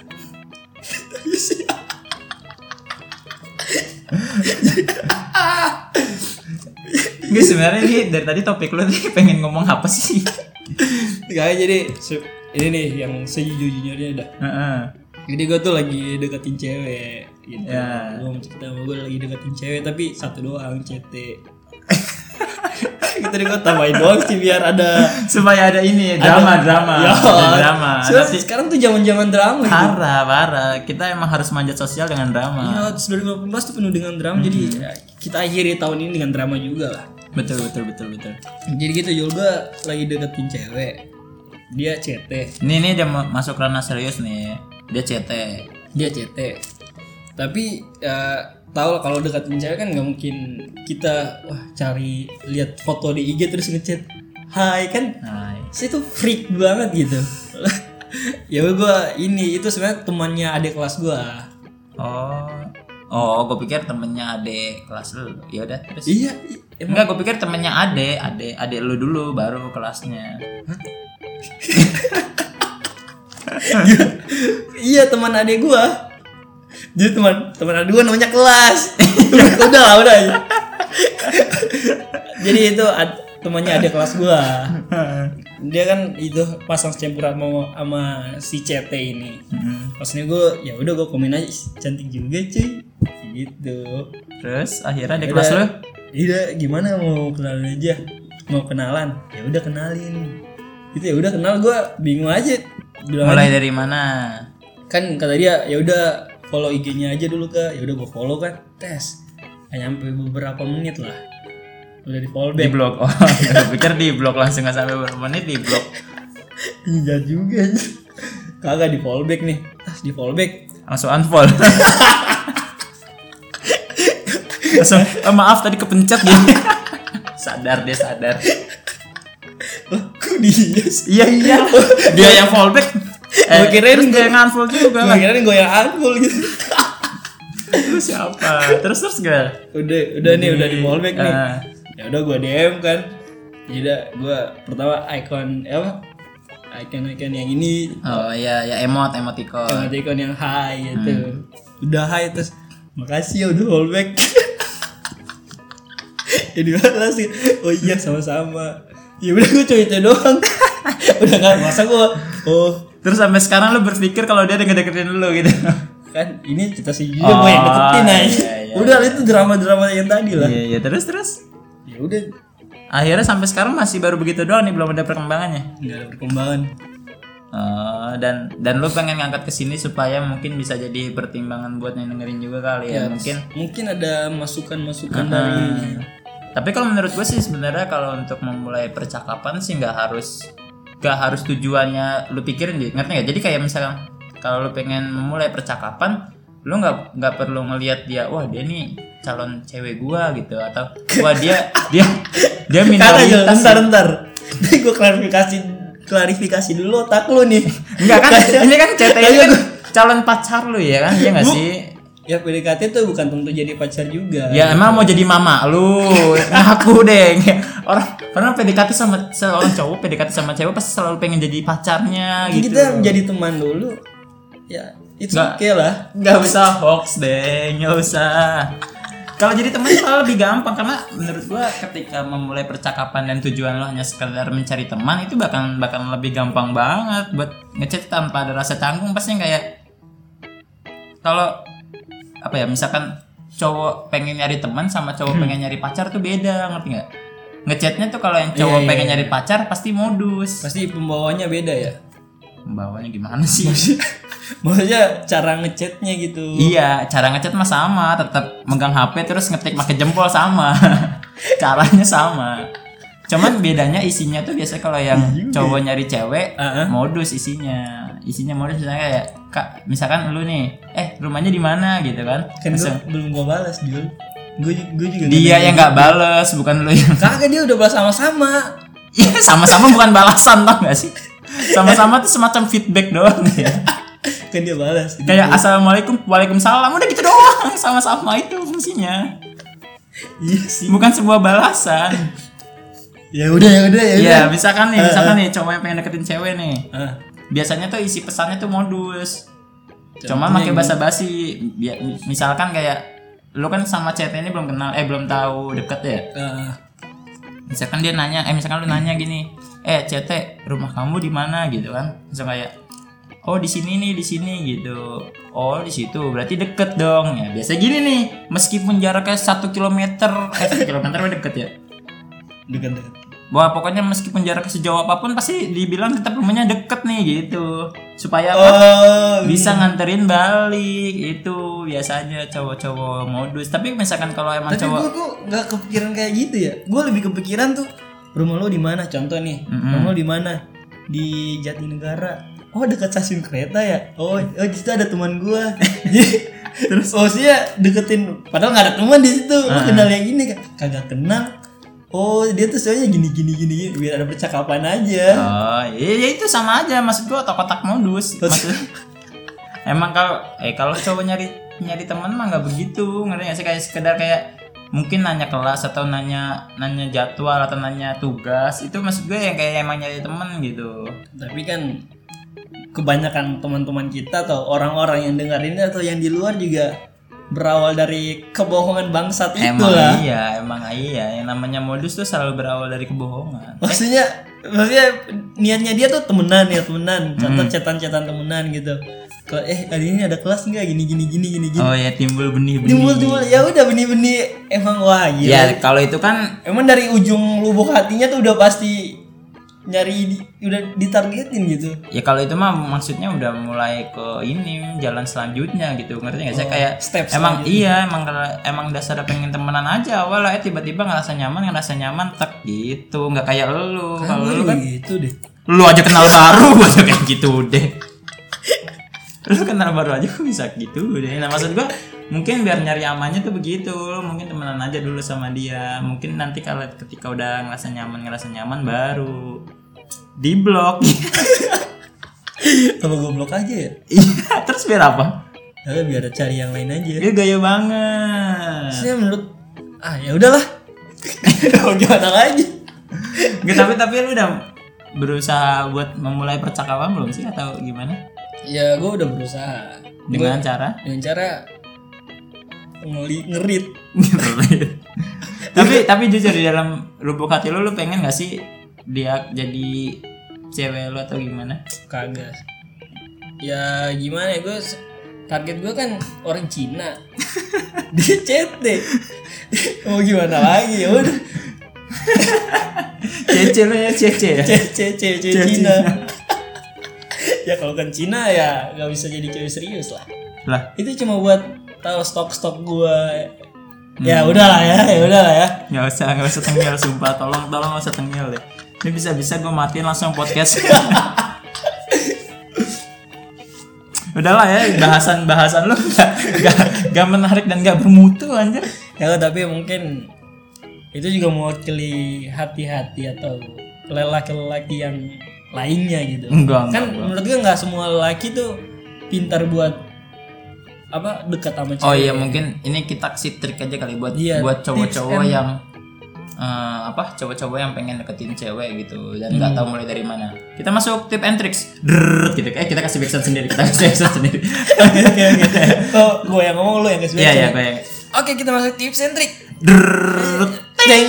[SPEAKER 1] Gue sebenarnya nih dari tadi topik lu nih pengen ngomong apa sih?
[SPEAKER 2] Kayak jadi se- ini nih yang sejujurnya dah.
[SPEAKER 1] Heeh.
[SPEAKER 2] Jadi gue tuh lagi deketin cewek gitu.
[SPEAKER 1] Ya.
[SPEAKER 2] Gue mau cerita sama gue lagi deketin cewek tapi satu doang C T. Gitu deh gue tambahin doang sih biar ada
[SPEAKER 1] Supaya ada ini drama, drama,
[SPEAKER 2] Ya,
[SPEAKER 1] ada drama.
[SPEAKER 2] Sekarang,
[SPEAKER 1] Nanti
[SPEAKER 2] sekarang tuh zaman-zaman drama gitu.
[SPEAKER 1] parah, parah. Kita emang harus manjat sosial dengan drama.
[SPEAKER 2] Ya, dua ribu delapan belas tuh penuh dengan drama. Jadi ya, kita akhiri tahun ini dengan drama juga lah.
[SPEAKER 1] Betul, betul, betul, betul.
[SPEAKER 2] Jadi gitu juga lagi deketin cewek. Dia C T.
[SPEAKER 1] Ini ini dia ma- masuk ranah serius nih. Dia C T.
[SPEAKER 2] Dia C T. Tapi ya tahu lah kalau deketin cewek kan nggak mungkin kita wah cari lihat foto di I G terus ngechat hai kan.
[SPEAKER 1] Nah,
[SPEAKER 2] Saya tuh freak banget gitu. Ya gue ini itu sebenarnya temannya adik kelas gue.
[SPEAKER 1] oh. Oh, gue pikir temennya adik kelas lu. Ya udah, terus.
[SPEAKER 2] Iya, i- emang
[SPEAKER 1] Enggak, gue pikir temennya adik, adik, adik lu dulu baru kelasnya.
[SPEAKER 2] iya teman adik gue. Jadi teman teman adik gue namanya kelas. udah lah udah. Jadi itu ad, temannya adik kelas gue. Dia kan itu pasang campuran mau sama si C T ini.
[SPEAKER 1] Mm-mm.
[SPEAKER 2] Pasnya gue ya udah gue komen aja, "Ih, cantik juga cuy," gitu.
[SPEAKER 1] Terus akhirnya adik
[SPEAKER 2] Ya
[SPEAKER 1] kelas
[SPEAKER 2] udah,
[SPEAKER 1] lu
[SPEAKER 2] iya gimana mau kenalan aja, mau kenalan, ya udah kenalin. Gitu ya udah kenal gue bingung aja. Bilang
[SPEAKER 1] mulai
[SPEAKER 2] aja,
[SPEAKER 1] dari mana?
[SPEAKER 2] kan kata dia ya udah follow I G-nya aja dulu Kak. Ya udah gue follow kan, tes. Nggak nyampe beberapa menit lah. Udah di follow
[SPEAKER 1] Di
[SPEAKER 2] back.
[SPEAKER 1] blok. Oh, gue pikir di blok langsung nggak sampai beberapa menit di blok.
[SPEAKER 2] Iya juga. Kagak di follow back nih. Tas di follow back.
[SPEAKER 1] Langsung unfollow. Langsung, oh, maaf tadi kepencet gitu. Sadar dia sadar.
[SPEAKER 2] Lah, kok dia sih?
[SPEAKER 1] Iya iya. Dia yang fallback. Eh,
[SPEAKER 2] Gua kirain
[SPEAKER 1] terus dia yang unfollow juga
[SPEAKER 2] Gue
[SPEAKER 1] lah.
[SPEAKER 2] kira gue yang unfollow gitu.
[SPEAKER 1] Terus siapa? Terus terus gak?
[SPEAKER 2] Udah, udah nih, udah di follow back nih.
[SPEAKER 1] Ah.
[SPEAKER 2] Ya udah gue D M kan. Jadi gue pertama icon eh, apa? Icon-icon yang ini,
[SPEAKER 1] Oh iya ya emot emoticon.
[SPEAKER 2] sama icon yang high gitu. Udah high terus makasih ya udah follow back. Jadi balas sih. Oh iya sama-sama. Ya udah gue cuma itu doang. Udah nggak masa gue. Oh
[SPEAKER 1] Terus sampai sekarang lu berpikir kalau dia deket-deketin lu gitu.
[SPEAKER 2] kan ini cerita si Yuyo
[SPEAKER 1] Oh,
[SPEAKER 2] gue yang deketin aja.
[SPEAKER 1] iya, iya,
[SPEAKER 2] Udah itu drama-drama yang tadi lah.
[SPEAKER 1] Iya iya terus terus.
[SPEAKER 2] Ya udah
[SPEAKER 1] Akhirnya sampai sekarang masih baru begitu doang nih, belum ada perkembangannya.
[SPEAKER 2] nggak ada perkembangan.
[SPEAKER 1] Oh, dan dan lu pengen ngangkat ke sini supaya mungkin bisa jadi pertimbangan buat yang dengerin juga kali ya, mungkin.
[SPEAKER 2] Mungkin ada masukan-masukan
[SPEAKER 1] Ah.
[SPEAKER 2] dari
[SPEAKER 1] Tapi kalau menurut gue sih sebenarnya kalau untuk memulai percakapan sih nggak harus nggak harus tujuannya lu pikirin, ngerti nggak? Jadi kayak misalkan kalau lu pengen memulai percakapan, lu nggak nggak perlu ngelihat dia, wah dia nih calon cewek gua gitu, atau wah dia dia dia
[SPEAKER 2] Kagak Jul,
[SPEAKER 1] minoritas.
[SPEAKER 2] bentar bentar. Ini gue klarifikasi klarifikasi dulu otak lu nih.
[SPEAKER 1] Enggak kan?
[SPEAKER 2] Kayak-
[SPEAKER 1] Ini kan C T ini
[SPEAKER 2] kayak
[SPEAKER 1] kan calon pacar lu ya kan? Iya nggak
[SPEAKER 2] Bu-
[SPEAKER 1] sih?
[SPEAKER 2] Ya P D K T tuh bukan tentu jadi pacar juga.
[SPEAKER 1] Ya emang mau jadi mama lu, ngaku deh. Orang karena P D K T sama seorang cowok, P D K T sama cewek pasti selalu pengen jadi pacarnya gitu.
[SPEAKER 2] Kita menjadi teman dulu. Ya, it's
[SPEAKER 1] Nggak.
[SPEAKER 2] okay lah.
[SPEAKER 1] Nggak usah hoax deh, nggak usah. Kalau jadi teman malah lebih gampang, karena menurut gua ketika memulai percakapan dan tujuan lo hanya sekedar mencari teman, itu bakal bakal lebih gampang banget buat ngechat tanpa ada rasa canggung. Pasti kayak kalau apa ya, misalkan cowok pengen nyari teman sama cowok pengen nyari pacar tuh beda, ngerti nggak? Ngechatnya tuh kalau yang cowok
[SPEAKER 2] Iya, iya,
[SPEAKER 1] pengen
[SPEAKER 2] iya.
[SPEAKER 1] nyari pacar pasti modus.
[SPEAKER 2] Pasti pembawanya beda ya.
[SPEAKER 1] Pembawanya gimana sih?
[SPEAKER 2] Maksudnya cara ngechatnya gitu.
[SPEAKER 1] Iya, cara ngechat mah sama, tetap megang H P terus ngetik pakai jempol sama. Caranya sama. Cuman bedanya isinya tuh biasanya kalau yang cowok nyari cewek, uh-huh. modus isinya. Isinya modus misalnya kayak, Kak, misalkan lu nih, eh rumahnya di mana gitu kan?
[SPEAKER 2] Kan gua, belum gua balas, Jul. Gue gue juga
[SPEAKER 1] dia yang nggak balas, bukan lu yang.
[SPEAKER 2] Kagak, dia udah balas sama-sama.
[SPEAKER 1] Iya, sama-sama bukan balasan, tau gak sih? Sama-sama tuh semacam feedback doang ya.
[SPEAKER 2] Kan dia balas.
[SPEAKER 1] Kayak assalamualaikum, waalaikumsalam, udah gitu doang, sama-sama itu fungsinya.
[SPEAKER 2] Iya sih.
[SPEAKER 1] Bukan sebuah balasan.
[SPEAKER 2] Ya udah ya udah ya udah.
[SPEAKER 1] Iya, misalkan nih, misalkan uh, nih cowok yang pengen deketin cewek nih.
[SPEAKER 2] Uh.
[SPEAKER 1] Biasanya tuh isi pesannya tuh modus. Cuma pakai basa-basi. Misalkan kayak lu kan sama cewek ini belum kenal, eh belum tahu deket ya. Uh. Misalkan dia nanya, eh misalkan lu nanya gini, "Eh, cewek, rumah kamu di mana?" gitu kan. Misal kayak, "Oh, di sini nih, di sini." gitu. "Oh, di situ." Berarti deket dong. Ya, biasa gini nih, meskipun jaraknya satu kilometer, eh satu kilometer udah deket ya.
[SPEAKER 2] Deket-deket.
[SPEAKER 1] Wah, pokoknya meskipun jaraknya sejauh apapun pasti dibilang tetap rumahnya deket nih gitu. Supaya apa?
[SPEAKER 2] Oh,
[SPEAKER 1] bisa nganterin balik. Itu biasanya cowok-cowok modus. Tapi misalkan kalau emang
[SPEAKER 2] tapi
[SPEAKER 1] cowok,
[SPEAKER 2] gue kok nggak kepikiran kayak gitu ya. Gue lebih kepikiran tuh, rumah lo di mana? Contoh nih, mm-hmm. rumah lo di mana? Di Jatinegara. Oh, dekat stasiun kereta ya. Oh, oh di situ ada teman gue. Terus oh sih ya deketin. Padahal nggak ada teman di situ. Lo uh-huh. kenal yang gini kan? Kagak kenal. Oh, dia tuh soalnya gini gini gini biar ada percakapan aja.
[SPEAKER 1] Oh, iya ya itu sama aja, maksud gua otak-otak modus. Maksud emang kalau eh kalau cowok nyari nyari teman mah enggak begitu. Ngerti enggak sih, kayak sekedar kayak mungkin nanya kelas atau nanya nanya jadwal atau nanya tugas. Itu maksud gue yang kayak emang nyari teman gitu.
[SPEAKER 2] Tapi kan kebanyakan teman-teman kita atau orang-orang yang dengar ini atau yang di luar juga berawal dari kebohongan bangsat itu lah.
[SPEAKER 1] Emang iya, emang iya. Yang namanya modus tuh selalu berawal dari kebohongan.
[SPEAKER 2] Maksudnya, maksudnya niatnya dia tuh temenan ya temenan. Contoh hmm. chatan-chatan temenan gitu. Kalau eh hari ini ada kelas nggak? Gini gini gini gini gini.
[SPEAKER 1] Oh ya, timbul benih-benih.
[SPEAKER 2] Timbul timbul. Ya udah benih-benih. Emang wah gila.
[SPEAKER 1] Ya kalau itu kan
[SPEAKER 2] emang dari ujung lubuk hatinya tuh udah pasti nyari di, udah ditargetin gitu.
[SPEAKER 1] Ya kalau itu mah maksudnya udah mulai ke ini jalan selanjutnya gitu, ngerti nggak? Oh, saya kayak
[SPEAKER 2] step
[SPEAKER 1] emang iya emang emang dasar pengen temenan aja awalnya, tiba-tiba ngerasa nyaman ngerasa nyaman tek gitu, nggak kayak lu. Kalau lu kan
[SPEAKER 2] gitu deh.
[SPEAKER 1] Lu aja kenal baru aja kayak gitu deh. Lu kenal baru aja kok bisa gitu deh. Nah maksud gua mungkin biar nyari amannya tuh begitu, lu mungkin temenan aja dulu sama dia. Mungkin nanti kalau ketika udah ngerasa nyaman ngerasa nyaman baru di blok.
[SPEAKER 2] Apa gue blok aja ya?
[SPEAKER 1] Iya, terus biar apa?
[SPEAKER 2] Ya biar cari yang lain aja.
[SPEAKER 1] Dia gaya banget.
[SPEAKER 2] Saya menurut ah ya udahlah. Mau gimana lagi?
[SPEAKER 1] Nggak, tapi tapi lu udah berusaha buat memulai percakapan belum sih atau gimana?
[SPEAKER 2] Ya gue udah berusaha.
[SPEAKER 1] Dengan
[SPEAKER 2] gua,
[SPEAKER 1] cara?
[SPEAKER 2] Dengan cara ngeli ngerit.
[SPEAKER 1] Ngerit. tapi tapi jujur di dalam lubuk hati lu lu pengen nggak sih dia jadi cewek lu atau gimana?
[SPEAKER 2] Kagak. Ya gimana ya, gue target gue kan orang Cina. Dia C T. Mau gimana lagi ya udah.
[SPEAKER 1] Cece lu ya Cece ya.
[SPEAKER 2] Cece Cece Cina. Ya kalau kan Cina ya nggak bisa jadi cewek serius lah.
[SPEAKER 1] Lah
[SPEAKER 2] itu cuma buat tahu stok-stok gue. Ya hmm. udahlah ya, ya udahlah ya.
[SPEAKER 1] Nggak usah nggak usah tengil, sumpah tolong tolong nggak usah tengil deh. Ini bisa-bisa gue matiin langsung podcast. Udahlah ya, bahasan-bahasan lu gak, gak, gak menarik dan gak bermutu anjir.
[SPEAKER 2] Ya tapi mungkin itu juga mewakili hati-hati atau lelaki-lelaki yang lainnya gitu.
[SPEAKER 1] Enggak,
[SPEAKER 2] kan
[SPEAKER 1] enggak,
[SPEAKER 2] menurut gue gak semua lelaki tuh pintar buat apa dekat sama cewek.
[SPEAKER 1] Oh iya, mungkin ini kita kasih trik aja kali buat iya, buat cowok-cowok yang Uh, apa cowok-cowok yang pengen deketin cewek gitu dan nggak hmm. tahu mulai dari mana. Kita masuk tip and tricks. Drrrr, gitu. Eh kita kasih backsound sendiri, kita kasih backsound sendiri.
[SPEAKER 2] Oke oke oke. Oh, gue yang ngomong, lu yang kasih backsound.
[SPEAKER 1] Iya iya, gue yang.
[SPEAKER 2] Oke, kita masuk tips and trick.
[SPEAKER 1] Drrrr, ting.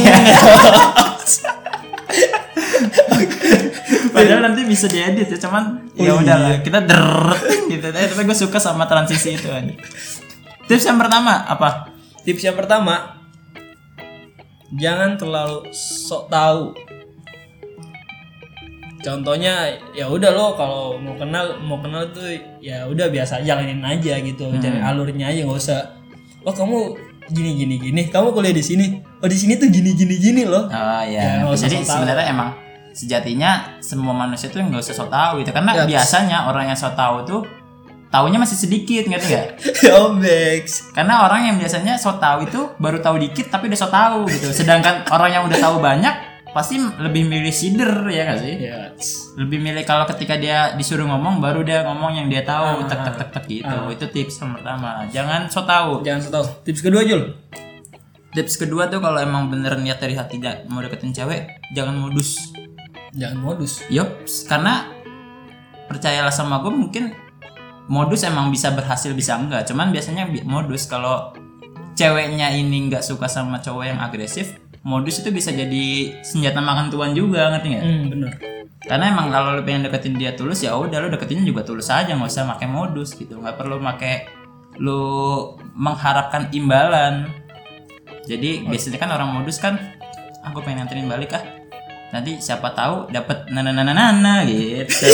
[SPEAKER 1] Padahal nanti bisa diedit ya, cuman oh, ya udahlah, iya. Kita drrrr gitu. Eh, tapi gue suka sama transisi itu aja. Tips yang pertama apa?
[SPEAKER 2] Tips yang pertama, jangan terlalu sok tahu. Contohnya ya udah lo kalau mau kenal mau kenal tuh ya udah biasa jalanin aja gitu, hmm. Jalanin alurnya aja, nggak usah. Oh kamu gini gini gini, kamu kuliah di sini. Oh di sini tuh gini gini gini loh.
[SPEAKER 1] Oh iya. Ya, jadi sebenarnya emang sejatinya semua manusia tuh nggak usah so tahu gitu, karena ya, biasanya orang yang so tahu tuh taunya masih sedikit, ngerti gak?
[SPEAKER 2] Yobex.
[SPEAKER 1] Karena orang yang biasanya so tahu itu baru tahu dikit tapi udah so tahu gitu. Sedangkan orang yang udah tahu banyak pasti lebih milih sider, ya gak sih?
[SPEAKER 2] Yes.
[SPEAKER 1] Lebih milih kalau ketika dia disuruh ngomong baru dia ngomong yang dia tahu, tek tek tek tek gitu. Ah. Itu tips yang pertama. Jangan so tahu.
[SPEAKER 2] Jangan so tahu. Tips kedua, Jul.
[SPEAKER 1] Tips kedua tuh kalau emang bener niat dari hati mau deketin cewek, jangan modus.
[SPEAKER 2] Jangan modus.
[SPEAKER 1] Yup, karena percayalah sama gue, mungkin modus emang bisa berhasil bisa enggak. Cuman biasanya modus kalau ceweknya ini nggak suka sama cowok yang agresif, modus itu bisa jadi senjata makan tuan juga, ngerti nggak?
[SPEAKER 2] Hmm, bener.
[SPEAKER 1] Karena emang kalau lu pengen deketin dia tulus, ya udah lu deketinnya juga tulus aja, nggak usah pakai modus gitu, nggak perlu pakai lu mengharapkan imbalan. Jadi oh. Biasanya kan orang modus kan, aku ah, pengen nganterin balik ah, nanti siapa tahu dapat nana nana nana gitu.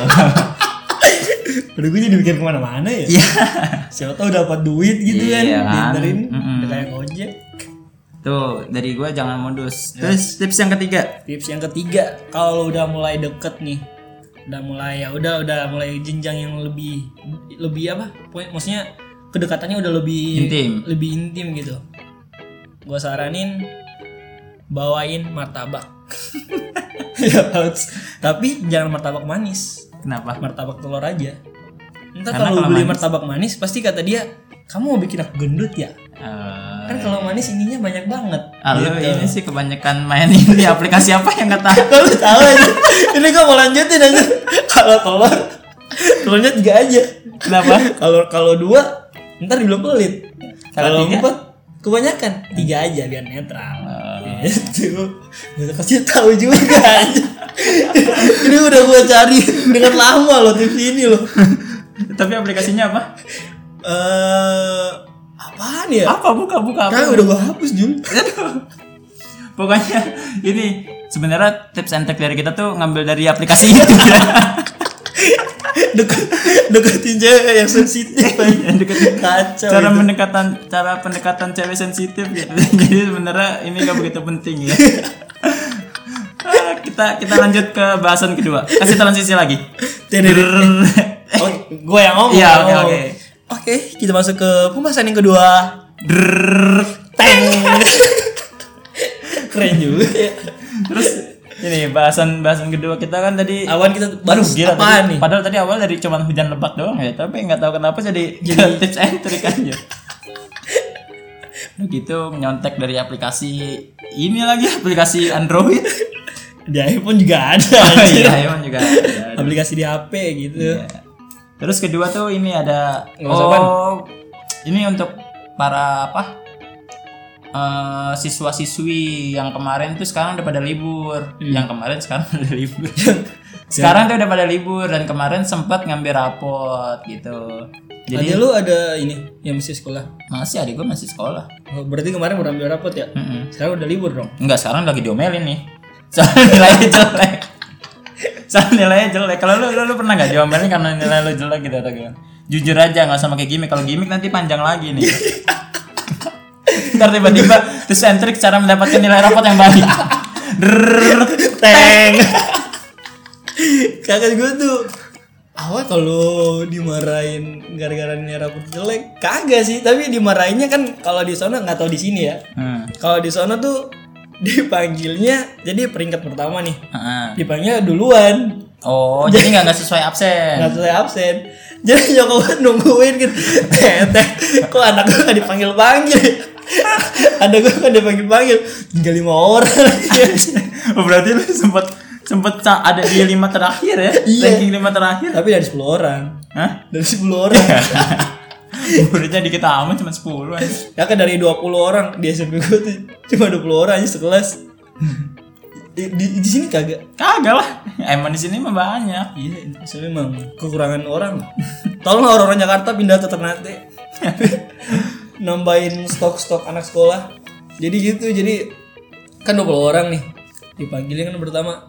[SPEAKER 2] Udah gue jadi mikir kemana-mana ya.
[SPEAKER 1] Iya.
[SPEAKER 2] Siapa tahu dapat duit gitu kan, dianterin, udah kayak ngojek.
[SPEAKER 1] Tuh, dari gue jangan modus. Terus ya. Tips yang ketiga.
[SPEAKER 2] Tips yang ketiga, kalau udah mulai deket nih, udah mulai ya udah udah mulai jenjang yang lebih lebih apa? Maksudnya kedekatannya udah lebih
[SPEAKER 1] intim,
[SPEAKER 2] lebih intim gitu. Gue saranin bawain martabak. Ya, tapi jangan martabak manis.
[SPEAKER 1] Kenapa?
[SPEAKER 2] Martabak telur aja. Entar kalau beli manis, martabak manis pasti kata dia, kamu mau bikin aku gendut ya? Uh, kan kalau manis ininya banyak banget.
[SPEAKER 1] Ah, gitu. Ini sih kebanyakan main ini aplikasi apa yang nggak tahu?
[SPEAKER 2] Kalau tahu aja. Ini gue mau lanjutin aja. Kalau telur, telurnya tiga aja.
[SPEAKER 1] Kenapa?
[SPEAKER 2] Kalau kalau dua, ntar dibilang pelit. Kalau empat, kebanyakan tiga aja biar netral. Uh. Gitu. Gue kasih tahu juga aja. Ini udah gue cari dengan lama loh tips ini loh.
[SPEAKER 1] Tapi aplikasinya apa?
[SPEAKER 2] Eh, uh, apaan ya?
[SPEAKER 1] Apa buka buka apa?
[SPEAKER 2] Kan udah gue hapus Jul.
[SPEAKER 1] Pokoknya ini sebenarnya tips and trick dari kita tuh ngambil dari aplikasi itu.
[SPEAKER 2] Deket, deketin cewek yang sensitif,
[SPEAKER 1] deketin
[SPEAKER 2] kacau.
[SPEAKER 1] Cara gitu. pendekatan, cara pendekatan cewek sensitif gitu. Jadi sebenarnya ini nggak begitu penting ya. kita kita lanjut ke bahasan kedua. Kasih transisi lagi.
[SPEAKER 2] Oh, gue yang ngomong.
[SPEAKER 1] Iya, oke oke.
[SPEAKER 2] Oke, kita masuk ke pembahasan yang kedua. Teng. Keren juga ya. Terus
[SPEAKER 1] ini bahasan bahasan kedua kita kan tadi
[SPEAKER 2] awan kita baru
[SPEAKER 1] gila
[SPEAKER 2] apaan
[SPEAKER 1] tadi,
[SPEAKER 2] nih?
[SPEAKER 1] Padahal tadi awal dari cuman hujan lebat doang ya, tapi nggak tahu kenapa jadi jadi tips and trick aja. Begitu nyontek dari aplikasi ini lagi, aplikasi Android.
[SPEAKER 2] Di iPhone juga ada.
[SPEAKER 1] Oh, iya, iPhone juga ada, ada.
[SPEAKER 2] Aplikasi di H P gitu.
[SPEAKER 1] Iya. Terus kedua tuh ini ada
[SPEAKER 2] oh
[SPEAKER 1] apaan? Ini untuk para apa? Uh, siswa-siswi yang kemarin tuh sekarang udah pada libur. Hmm. Yang kemarin sekarang udah libur. Sekarang tuh udah pada libur dan kemarin sempat ngambil rapot gitu. Jadi
[SPEAKER 2] adik lu ada ini yang masih sekolah?
[SPEAKER 1] Masih, adik gue masih sekolah.
[SPEAKER 2] Oh, berarti kemarin udah ambil rapot ya?
[SPEAKER 1] Mm-mm.
[SPEAKER 2] Sekarang udah libur dong?
[SPEAKER 1] Enggak, sekarang lagi diomelin nih. Soalnya nilainya jelek. Soalnya nilainya jelek. Kalau lu, lu lu pernah enggak diomelin karena nilai lu jelek gitu atau gimana? Jujur aja, enggak usah pakai gimmick. Kalau gimmick nanti panjang lagi nih. Ntar tiba-tiba terus and trick cara mendapatkan nilai rapot yang baik.
[SPEAKER 2] Teng. Kakak gue tuh awal kalau dimarahin gara-gara nilai rapot jelek kagak sih, tapi dimarahinnya kan kalau di sana nggak tahu di sini ya. Hmm. Kalau di sana tuh dipanggilnya jadi peringkat pertama nih. Uh-huh. Dipanggilnya duluan.
[SPEAKER 1] Oh, jadi nggak nggak sesuai absen.
[SPEAKER 2] Nggak sesuai absen. Jadi nyokap nungguin gitu. Teh, teh, kok anak gue nggak dipanggil-panggil? Ada gue kan dipanggil-panggil, tinggal lima orang.
[SPEAKER 1] Oh, berarti lu sempat sempat ada di lima terakhir ya?
[SPEAKER 2] Iya.
[SPEAKER 1] Ranking lima terakhir.
[SPEAKER 2] Tapi dari sepuluh orang.
[SPEAKER 1] Hah?
[SPEAKER 2] Dari sepuluh orang.
[SPEAKER 1] Muridnya dikit amat cuma sepuluh aja.
[SPEAKER 2] Ya kan dari dua puluh orang di S M P gue tuh cuma dua puluh orang aja sekelas. Di, di, di sini kagak.
[SPEAKER 1] Kagak lah. Emang di sini mah banyak.
[SPEAKER 2] Iya, soalnya memang kekurangan orang. Tolong orang-orang Jakarta pindah ke Ternate. Nambahin stok-stok anak sekolah. Jadi gitu, jadi kan dua puluh orang nih. Dipanggilnya kan pertama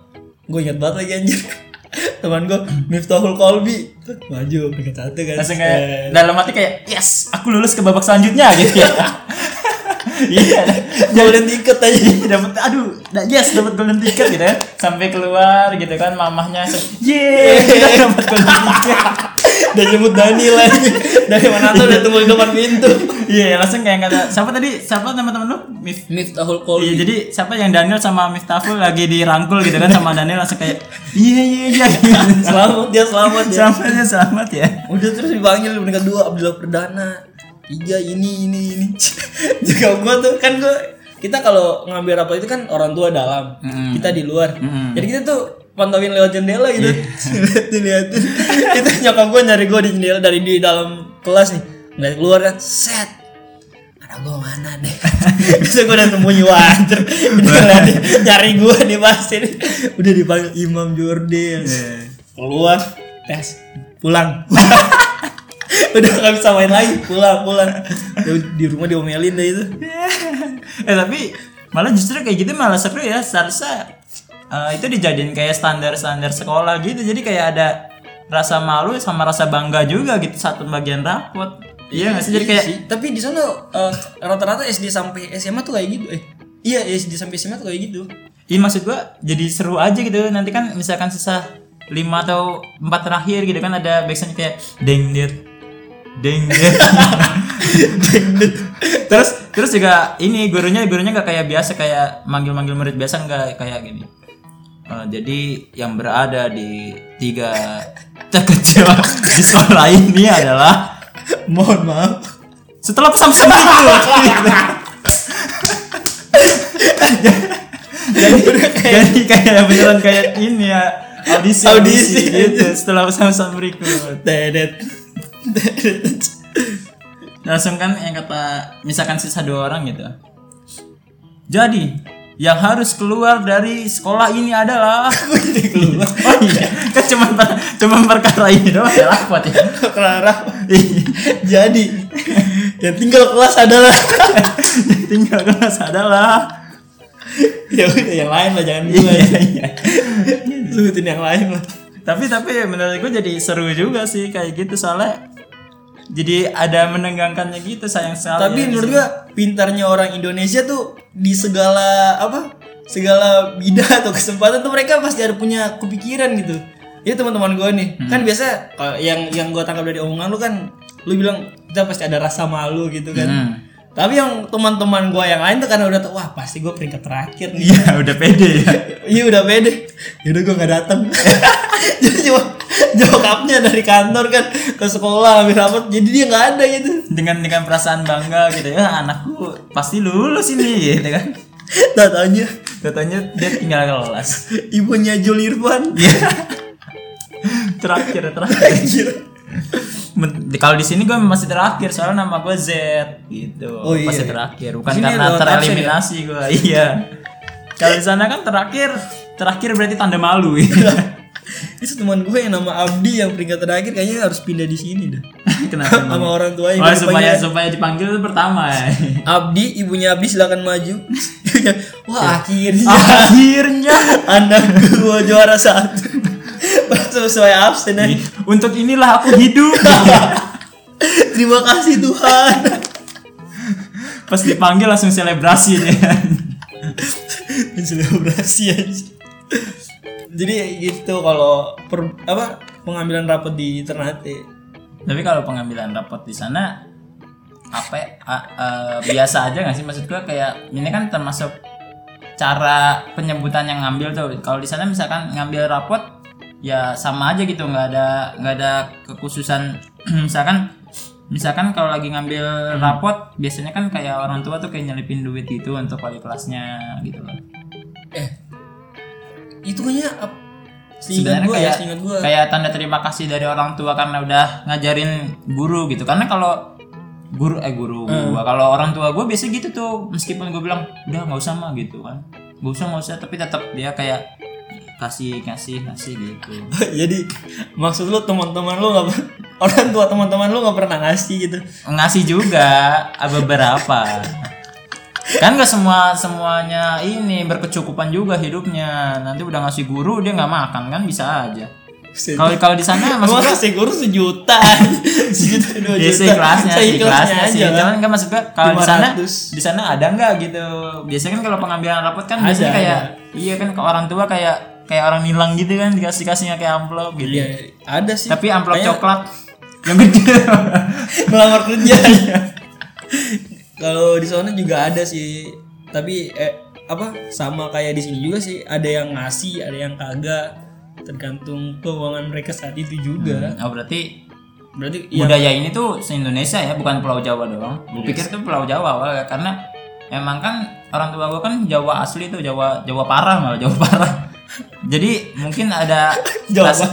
[SPEAKER 2] gue ingat banget lagi anjir. Teman gue Miftahul Kolbi maju peringkat satu kan.
[SPEAKER 1] Langsung kayak eh. dalam hati kayak yes, aku lulus ke babak selanjutnya gitu ya. Iya,
[SPEAKER 2] golden ticket aja
[SPEAKER 1] dapat, aduh, yes dapat golden ticket gitu ya, sampai keluar gitu kan, mamahnya, yeay, dapat golden ticket,
[SPEAKER 2] udah jemput Dani lagi, dari mana tuh udah tunggu di depan pintu,
[SPEAKER 1] iya yeah, langsung kayak kata, siapa tadi, siapa teman-teman lu,
[SPEAKER 2] Mif, Miftahul Kolbi,
[SPEAKER 1] iya jadi siapa yang Daniel sama Miftahul lagi dirangkul gitu kan sama Daniel langsung kayak, iya iya iya,
[SPEAKER 2] selamat dia selamat ya,
[SPEAKER 1] selamat ya selamat ya,
[SPEAKER 2] udah terus dipanggil peringkat dua Abdullah Perdana. Tiga ini ini ini juga gue tuh kan gue kita kalau ngambil rapot itu kan orang tua dalam mm. kita di luar mm. jadi kita tuh pantauin lewat jendela gitu yeah. liatin liatin itu nyokap gue nyari gue di jendela dari di dalam kelas nih ngeliat keluar kan set ada gue mana deh bisa gue udah sembunyi wajar nyari gue di pasir udah dipanggil Imam Jordil yeah. keluar tes pulang udah gak bisa main lagi pulang pulang di rumah diomelin deh itu.
[SPEAKER 1] Eh tapi malah justru kayak gitu malah seru ya, seharusnya uh, itu dijadiin kayak standar-standar sekolah gitu, jadi kayak ada rasa malu sama rasa bangga juga gitu satu bagian rapot. Iya nggak sih, jadi kayak
[SPEAKER 2] sih. Tapi di sana uh, rata-rata S D sampai S M A tuh kayak gitu eh iya S D sampai S M A tuh kayak gitu.
[SPEAKER 1] Iya maksud gua jadi seru aja gitu, nanti kan misalkan sisa lima atau empat terakhir gitu kan ada backsound kayak deng dit deng deng terus terus juga ini gurunya gurunya nggak kayak biasa kayak manggil-manggil murid biasa, nggak kayak gini uh, jadi yang berada di tiga terkecil di sekolah ini adalah
[SPEAKER 2] mohon maaf
[SPEAKER 1] setelah pesan-pesan itu jadi jadi kayak beneran kayak ini ya audisi audisi, audisi gitu setelah pesan-pesan berikut
[SPEAKER 2] dedet
[SPEAKER 1] langsung kan yang kata misalkan sisa dua orang gitu, jadi yang harus keluar dari sekolah ini adalah
[SPEAKER 2] keluar
[SPEAKER 1] oh iya kan cuma cuma perkara ini doang ya rapot ya
[SPEAKER 2] Clara jadi yang tinggal kelas adalah
[SPEAKER 1] tinggal kelas adalah
[SPEAKER 2] ya udah yang lain lah jangan gue
[SPEAKER 1] iya, iya.
[SPEAKER 2] sebutin yang lain lah.
[SPEAKER 1] Tapi tapi menurut gue jadi seru juga sih kayak gitu, soalnya jadi ada menegangkannya gitu, sayang sekali.
[SPEAKER 2] Tapi ya, menurut gue pintarnya orang Indonesia tuh di segala apa segala bidang atau kesempatan tuh mereka pasti ada punya kepikiran gitu. Ya teman-teman gue nih hmm. kan biasa yang yang gue tangkap dari omongan lu kan lu bilang kita pasti ada rasa malu gitu kan. Hmm. Tapi yang teman-teman gue yang lain tuh karena udah tau, wah pasti gue peringkat terakhir nih.
[SPEAKER 1] Iya udah pede ya.
[SPEAKER 2] Iya udah pede. Yaudah gue nggak datang. Jadi cuma jawabnya dari kantor kan ke sekolah ambil rapot, jadi dia nggak ada gitu.
[SPEAKER 1] Dengan dengan perasaan bangga gitu ya, anakku pasti lulus ini gitu kan.
[SPEAKER 2] Tatanya,
[SPEAKER 1] tatanya dia tinggal kelas.
[SPEAKER 2] Ibunya Jul Irfan.
[SPEAKER 1] terakhir terakhir. Kalau di sini gue masih terakhir soalnya nama gue Z gitu.
[SPEAKER 2] Oh, iya.
[SPEAKER 1] Masih terakhir, bukan karena tereliminasi ya? Gue. Iya. Kalau di sana kan terakhir, terakhir berarti tanda malu.
[SPEAKER 2] Itu teman gue yang nama Abdi yang peringkat terakhir kayaknya harus pindah di sini dah.
[SPEAKER 1] Kenapa?
[SPEAKER 2] Sama orang tuanya.
[SPEAKER 1] Oh, supaya supaya dipanggil itu pertama ya.
[SPEAKER 2] Abdi, ibunya Abdi silakan maju. Wah, akhirnya.
[SPEAKER 1] Akhirnya
[SPEAKER 2] anak gue juara satu. Sesuai absen ya.
[SPEAKER 1] Untuk inilah aku hidup.
[SPEAKER 2] Terima kasih Tuhan.
[SPEAKER 1] Pas dipanggil langsung selebrasi deh.
[SPEAKER 2] Selebrasi aja. Jadi gitu kalau per, apa pengambilan rapot di Ternate.
[SPEAKER 1] Tapi kalau pengambilan rapot di sana apa ya, a, a, biasa aja nggak sih, maksud gue kayak ini kan termasuk cara penyebutan yang ngambil tuh. Kalau di sana misalkan ngambil rapot ya sama aja gitu, nggak ada nggak ada kekhususan. misalkan misalkan kalau lagi ngambil rapot biasanya kan kayak orang tua tuh kayak nyelipin duit gitu untuk wali kelasnya gitu loh.
[SPEAKER 2] Eh itu kayaknya
[SPEAKER 1] sebenarnya kayak ya, kayak tanda terima kasih dari orang tua karena udah ngajarin guru gitu. Karena kalau guru eh guru hmm. gua kalau orang tua gue biasa gitu tuh, meskipun gue bilang udah nggak usah mah gitu kan, nggak usah nggak usah, tapi tetap dia kayak kasih kasih kasih gitu.
[SPEAKER 2] Jadi maksud lu teman-teman lu nggak orang tua teman-teman lu nggak pernah ngasih gitu?
[SPEAKER 1] Ngasih juga beberapa. Kan nggak semua semuanya ini berkecukupan juga hidupnya. Nanti udah ngasih guru dia nggak makan kan bisa aja. Kalau kalau di sana
[SPEAKER 2] Emang
[SPEAKER 1] maksudnya
[SPEAKER 2] kasih guru sejuta, sejuta dua
[SPEAKER 1] ya
[SPEAKER 2] juta.
[SPEAKER 1] seikhlasnya, seikhlasnya sih.
[SPEAKER 2] aja
[SPEAKER 1] Cuman kan maksud gua kalau di sana
[SPEAKER 2] lima ratus.
[SPEAKER 1] di sana ada nggak gitu. Biasanya kan kalau pengambilan rapot kan
[SPEAKER 2] Ada,
[SPEAKER 1] biasanya kayak
[SPEAKER 2] ada.
[SPEAKER 1] iya kan ke orang tua kayak kayak orang nilang gitu kan dikasih kasihnya kayak amplop gitu.
[SPEAKER 2] Iya, ada sih.
[SPEAKER 1] Tapi amplop
[SPEAKER 2] Kayak
[SPEAKER 1] coklat yang gede.
[SPEAKER 2] melamar kerja. Kalau di sana juga ada sih. Tapi eh apa sama kayak di sini juga sih, ada yang ngasih, ada yang kagak. Tergantung keuangan mereka saat itu juga.
[SPEAKER 1] Oh berarti
[SPEAKER 2] Berarti ya,
[SPEAKER 1] budaya ini tuh se-Indonesia ya, bukan Pulau Jawa doang. Gue pikir tuh Pulau Jawa awalnya karena emang kan orang tua gue kan Jawa asli tuh, Jawa Jawa parah malah Jawa parah. Jadi mungkin ada
[SPEAKER 2] Jawa.
[SPEAKER 1] rasa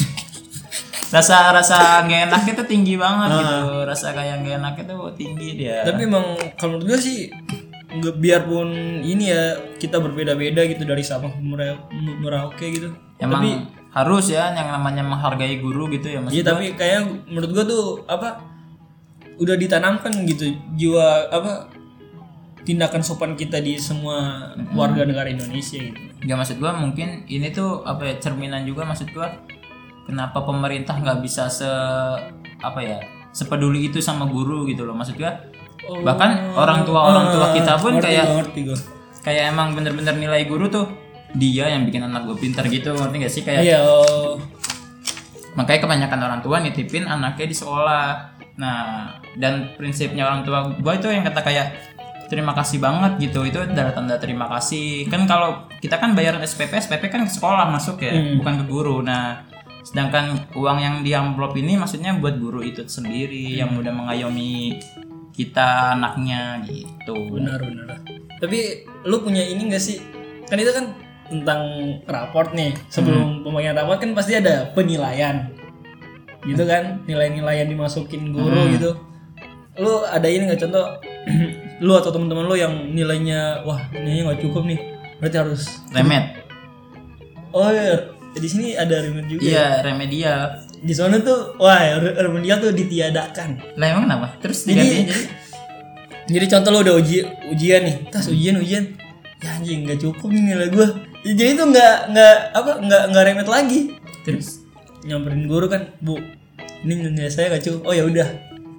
[SPEAKER 1] rasa rasa nggak enak itu tinggi banget gitu. Rasa kayak nggak enak itu tinggi dia.
[SPEAKER 2] tapi emang kalau menurut gue sih nggak, biarpun ini ya kita berbeda-beda gitu dari Sabang ke Merau- Merauke gitu.
[SPEAKER 1] Emang
[SPEAKER 2] tapi
[SPEAKER 1] harus ya yang namanya menghargai guru gitu ya
[SPEAKER 2] iya
[SPEAKER 1] maksud gua.
[SPEAKER 2] tapi kayak menurut gua tuh apa udah ditanamkan gitu jiwa apa tindakan sopan kita di semua warga negara Indonesia gitu.
[SPEAKER 1] Ya maksud gua mungkin ini tuh apa ya cerminan juga maksud gua kenapa pemerintah nggak bisa se apa ya sepeduli itu sama guru gitu loh maksud gua.
[SPEAKER 2] Oh.
[SPEAKER 1] Bahkan orang tua orang tua kita pun
[SPEAKER 2] Ngerti
[SPEAKER 1] kayak
[SPEAKER 2] gua, ngerti gua.
[SPEAKER 1] kayak emang bener-bener nilai guru tuh dia yang bikin anak gue pintar gitu ngerti gak sih kayak
[SPEAKER 2] Iya. Oh.
[SPEAKER 1] makanya kebanyakan orang tua nitipin anaknya di sekolah. Nah dan prinsipnya orang tua gue itu yang kata kayak terima kasih banget gitu, itu adalah tanda terima kasih kan. Kalau kita kan bayar S P P S P P kan ke sekolah masuk ya,
[SPEAKER 2] Hmm.
[SPEAKER 1] bukan ke guru. Nah sedangkan uang yang di amplop ini maksudnya buat guru itu sendiri yang udah mengayomi kita anaknya gitu.
[SPEAKER 2] Benar benar. Tapi lu punya ini enggak sih? Kan itu kan tentang raport nih. Sebelum pembagian raport kan pasti ada penilaian. Gitu kan? Nilai-nilai yang dimasukin guru
[SPEAKER 1] Hmm.
[SPEAKER 2] gitu. Lu ada ini enggak contoh lu atau teman-teman lu yang nilainya wah, nilainya enggak cukup nih. Berarti harus
[SPEAKER 1] Remed.
[SPEAKER 2] Oh iya, di sini ada remed juga.
[SPEAKER 1] Iya, remedial.
[SPEAKER 2] Di sana tuh wah, re- remedial tuh ditiadakan.
[SPEAKER 1] Lah emang kenapa? Terus
[SPEAKER 2] Jadi-
[SPEAKER 1] digantinya jadi
[SPEAKER 2] Jadi contoh lu udah uji, ujian nih, tas ujian ujian, ya anjing nggak cukup nih nilai gue. Jadi itu nggak nggak apa nggak nggak remet lagi.
[SPEAKER 1] terus
[SPEAKER 2] Nyamperin guru kan, bu, ini nilai saya nggak cukup. Oh ya udah,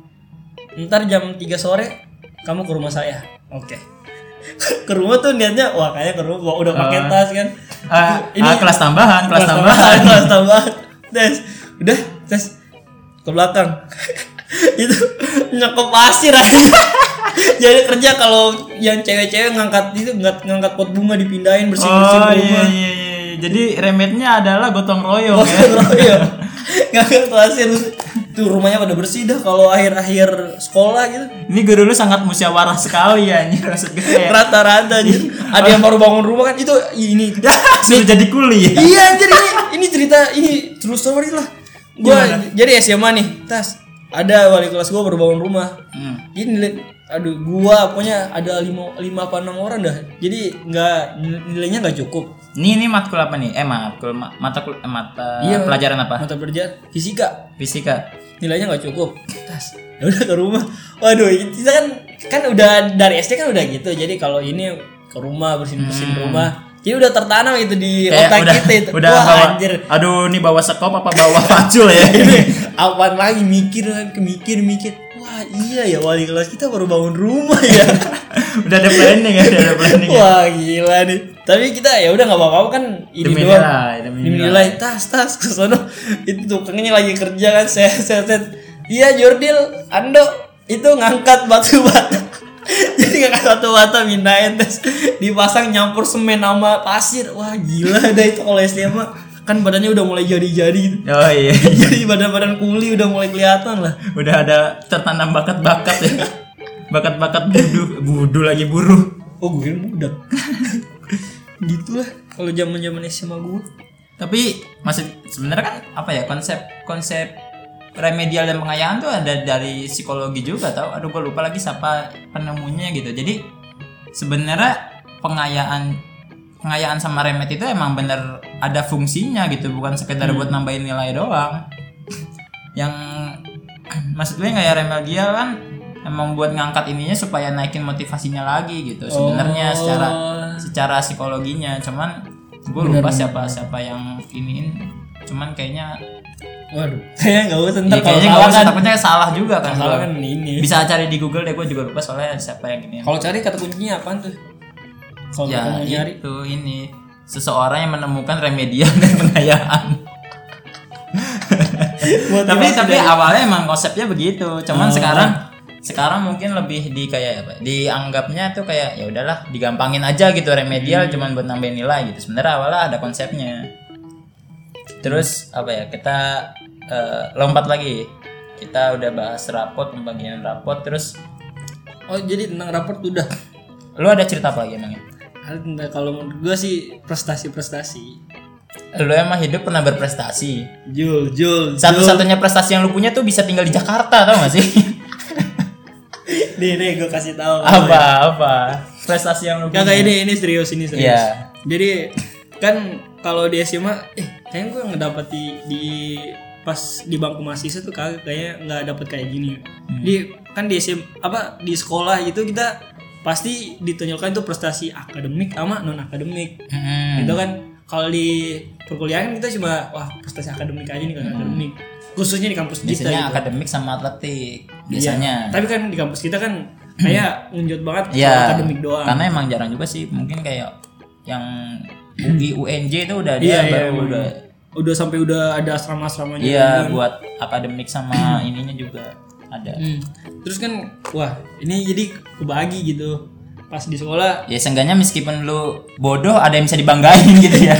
[SPEAKER 2] ntar jam tiga sore kamu ke rumah saya. Oke. Ke rumah tuh niatnya wah kayak ke rumah wah, udah pakai
[SPEAKER 1] Oh.
[SPEAKER 2] tas kan.
[SPEAKER 1] ah,
[SPEAKER 2] Ini-
[SPEAKER 1] ah, kelas tambahan, kelas,
[SPEAKER 2] Kelas
[SPEAKER 1] tambahan.
[SPEAKER 2] tambahan, kelas tambahan. Tes, udah tes ke belakang. Itu nyekop pasir aja. Jadi kerja kalau yang cewek-cewek ngangkat itu ngangkat ngangkat pot bunga dipindahin bersih-bersih
[SPEAKER 1] Oh
[SPEAKER 2] rumah.
[SPEAKER 1] iya, iya iya. Jadi remednya adalah gotong royong
[SPEAKER 2] Oh,
[SPEAKER 1] ya.
[SPEAKER 2] ya. Ngangkat pasir tuh rumahnya pada bersih dah kalau akhir-akhir sekolah gitu.
[SPEAKER 1] Ini guru lu sangat musyawarah sekali ya anjir maksud gue kayak
[SPEAKER 2] Rata-rata gitu. Ada yang baru bangun rumah kan itu ini.
[SPEAKER 1] sudah jadi kuli ya.
[SPEAKER 2] Iya anjir ini ini cerita ini true story lah. Gua
[SPEAKER 1] Gimana?
[SPEAKER 2] jadi S M A nih, tas ada wali kelas gua baru bangun rumah.
[SPEAKER 1] Hmm.
[SPEAKER 2] Ini nilai- aduh gua pokoknya ada lima lima apa enam orang dah. Jadi nggak nilainya nggak cukup.
[SPEAKER 1] Ini ini matkul apa nih? Eh matkul ma- mata kul- eh, mata
[SPEAKER 2] Iya,
[SPEAKER 1] pelajaran apa?
[SPEAKER 2] Mata pelajaran fisika
[SPEAKER 1] Fisika.
[SPEAKER 2] nilainya nggak cukup. Tas ya udah ke rumah. Waduh kita kan kan udah dari S D kan udah gitu. Jadi kalau ini ke rumah bersihin bersihin rumah. Jadi udah tertanam itu di
[SPEAKER 1] Kayak
[SPEAKER 2] otak
[SPEAKER 1] udah
[SPEAKER 2] kita itu.
[SPEAKER 1] udah
[SPEAKER 2] Wah,
[SPEAKER 1] bawa,
[SPEAKER 2] anjir.
[SPEAKER 1] aduh ini bawa sekop apa bawa pacul ya ini.
[SPEAKER 2] Apaan lagi mikir kan mikir mikir. Wah iya ya wali kelas kita baru bangun rumah ya.
[SPEAKER 1] Udah ada planning ya, udah ada planning ya.
[SPEAKER 2] Wah gila nih. Tapi kita ya udah nggak apa-apa kan ini
[SPEAKER 1] Demi
[SPEAKER 2] doang.
[SPEAKER 1] nilai, demi
[SPEAKER 2] Demi
[SPEAKER 1] nilai.
[SPEAKER 2] nilai tas tas ke sono. Itu tukangnya lagi kerja kan set set set. Iya Jordil, Ando itu ngangkat batu bata. Jadi ngangkat batu bata mindahin tes dipasang nyampur semen sama pasir. Wah gila dah itu kalau S D mah kan badannya udah mulai jadi-jadi gitu.
[SPEAKER 1] Oh iya.
[SPEAKER 2] Jadi badan-badan kuli udah mulai kelihatan lah.
[SPEAKER 1] Udah ada tertanam bakat-bakat ya. Bakat-bakat budu, budu lagi buruh.
[SPEAKER 2] Oh gue kira budak. Gitu lah kalau zaman-zaman S M A gue.
[SPEAKER 1] Tapi maksud sebenarnya kan apa ya konsep konsep remedial dan pengayaan tuh ada dari psikologi juga tau. Aduh gue lupa lagi siapa penemunya gitu. Jadi sebenarnya pengayaan pengayaan sama remed itu emang bener ada fungsinya gitu, bukan sekedar buat nambahin nilai doang. Yang maksud gue kayak remedial kan emang buat ngangkat ininya supaya naikin motivasinya lagi gitu sebenarnya.
[SPEAKER 2] Oh.
[SPEAKER 1] secara secara psikologinya. Cuman gue lupa siapa siapa yang iniin. Cuman kayaknya
[SPEAKER 2] waduh, kayaknya nggak usah
[SPEAKER 1] ya,
[SPEAKER 2] ntar kalau
[SPEAKER 1] kayaknya
[SPEAKER 2] salah
[SPEAKER 1] nggak usah,
[SPEAKER 2] kan,
[SPEAKER 1] takutnya salah juga kan.
[SPEAKER 2] salah
[SPEAKER 1] gua.
[SPEAKER 2] kan ini.
[SPEAKER 1] Bisa cari di Google deh, gue juga lupa soalnya siapa yang ini.
[SPEAKER 2] Kalau cari kata kuncinya apaan tuh? Kalau
[SPEAKER 1] Ya
[SPEAKER 2] kita mau nyari
[SPEAKER 1] itu ini seseorang yang menemukan remedial dan pengayaan. tapi tapi
[SPEAKER 2] dari-
[SPEAKER 1] awalnya emang konsepnya begitu. Cuman
[SPEAKER 2] Oh.
[SPEAKER 1] sekarang sekarang mungkin lebih di kayak apa? Dianggapnya tuh kayak ya udahlah digampangin aja gitu remedial,
[SPEAKER 2] Hmm.
[SPEAKER 1] cuman buat nambahin nilai gitu. Sebenarnya awalnya ada konsepnya. Terus apa ya? Kita eh, lompat lagi. Kita udah bahas rapot, pembagian rapot, terus
[SPEAKER 2] oh jadi tentang raport udah.
[SPEAKER 1] lu ada cerita apa lagi emangnya?
[SPEAKER 2] Ada, kalau menurut gue sih prestasi-prestasi.
[SPEAKER 1] Lu emang hidup pernah berprestasi.
[SPEAKER 2] Jul, Jul,
[SPEAKER 1] Satu-satunya prestasi yang lu punya tuh bisa tinggal di Jakarta, tau gak sih?
[SPEAKER 2] Nih, nih gue kasih tahu.
[SPEAKER 1] apa apa prestasi yang lu punya?
[SPEAKER 2] Kakak ini ini serius ini serius.
[SPEAKER 1] Iya.
[SPEAKER 2] Jadi kan kalau di S M A, eh kayaknya gue ngedapet di, di pas di bangku mahasiswa tuh kagak, kayaknya nggak dapet kayak gini.
[SPEAKER 1] Hmm.
[SPEAKER 2] Di kan di S M apa di sekolah itu kita pasti ditunjukkan tuh prestasi akademik sama non akademik.
[SPEAKER 1] Hmm.
[SPEAKER 2] Gitu kan. Kalau di perkuliahan kita cuma wah prestasi akademik aja nih kan akademik. Khususnya di kampus kita.
[SPEAKER 1] Biasanya
[SPEAKER 2] Gitu.
[SPEAKER 1] akademik sama atletik
[SPEAKER 2] Iya.
[SPEAKER 1] biasanya.
[SPEAKER 2] Tapi kan di kampus kita kan kayak unjut banget
[SPEAKER 1] Iya.
[SPEAKER 2] soal akademik doang.
[SPEAKER 1] Karena emang jarang juga sih, mungkin kayak yang U I U N J itu udah dia
[SPEAKER 2] Iya, iya,
[SPEAKER 1] baru
[SPEAKER 2] emang.
[SPEAKER 1] udah
[SPEAKER 2] Udah sampai udah ada asrama-asramanya.
[SPEAKER 1] iya
[SPEAKER 2] kan.
[SPEAKER 1] buat akademik sama ininya juga ada.
[SPEAKER 2] Hmm. Terus kan wah ini jadi kebagi gitu pas di sekolah.
[SPEAKER 1] Ya seenggaknya meskipun lu bodoh ada yang bisa dibanggain gitu ya.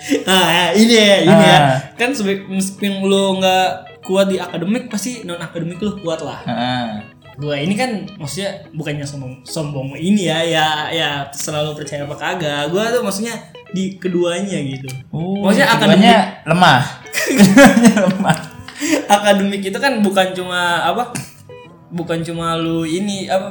[SPEAKER 2] Ah ini ya ini ya
[SPEAKER 1] Ah.
[SPEAKER 2] kan sebe- meskipun lu nggak kuat di akademik pasti non akademik lu kuat lah.
[SPEAKER 1] Heeh.
[SPEAKER 2] Gua ini kan maksudnya bukannya sombong sombong ini ya ya ya selalu percaya apa kagak. Gua tuh maksudnya di keduanya gitu.
[SPEAKER 1] Oh,
[SPEAKER 2] Maksudnya
[SPEAKER 1] keduanya lemah. Keduanya lemah.
[SPEAKER 2] Akademik itu kan bukan cuma apa? Bukan cuma lu ini apa?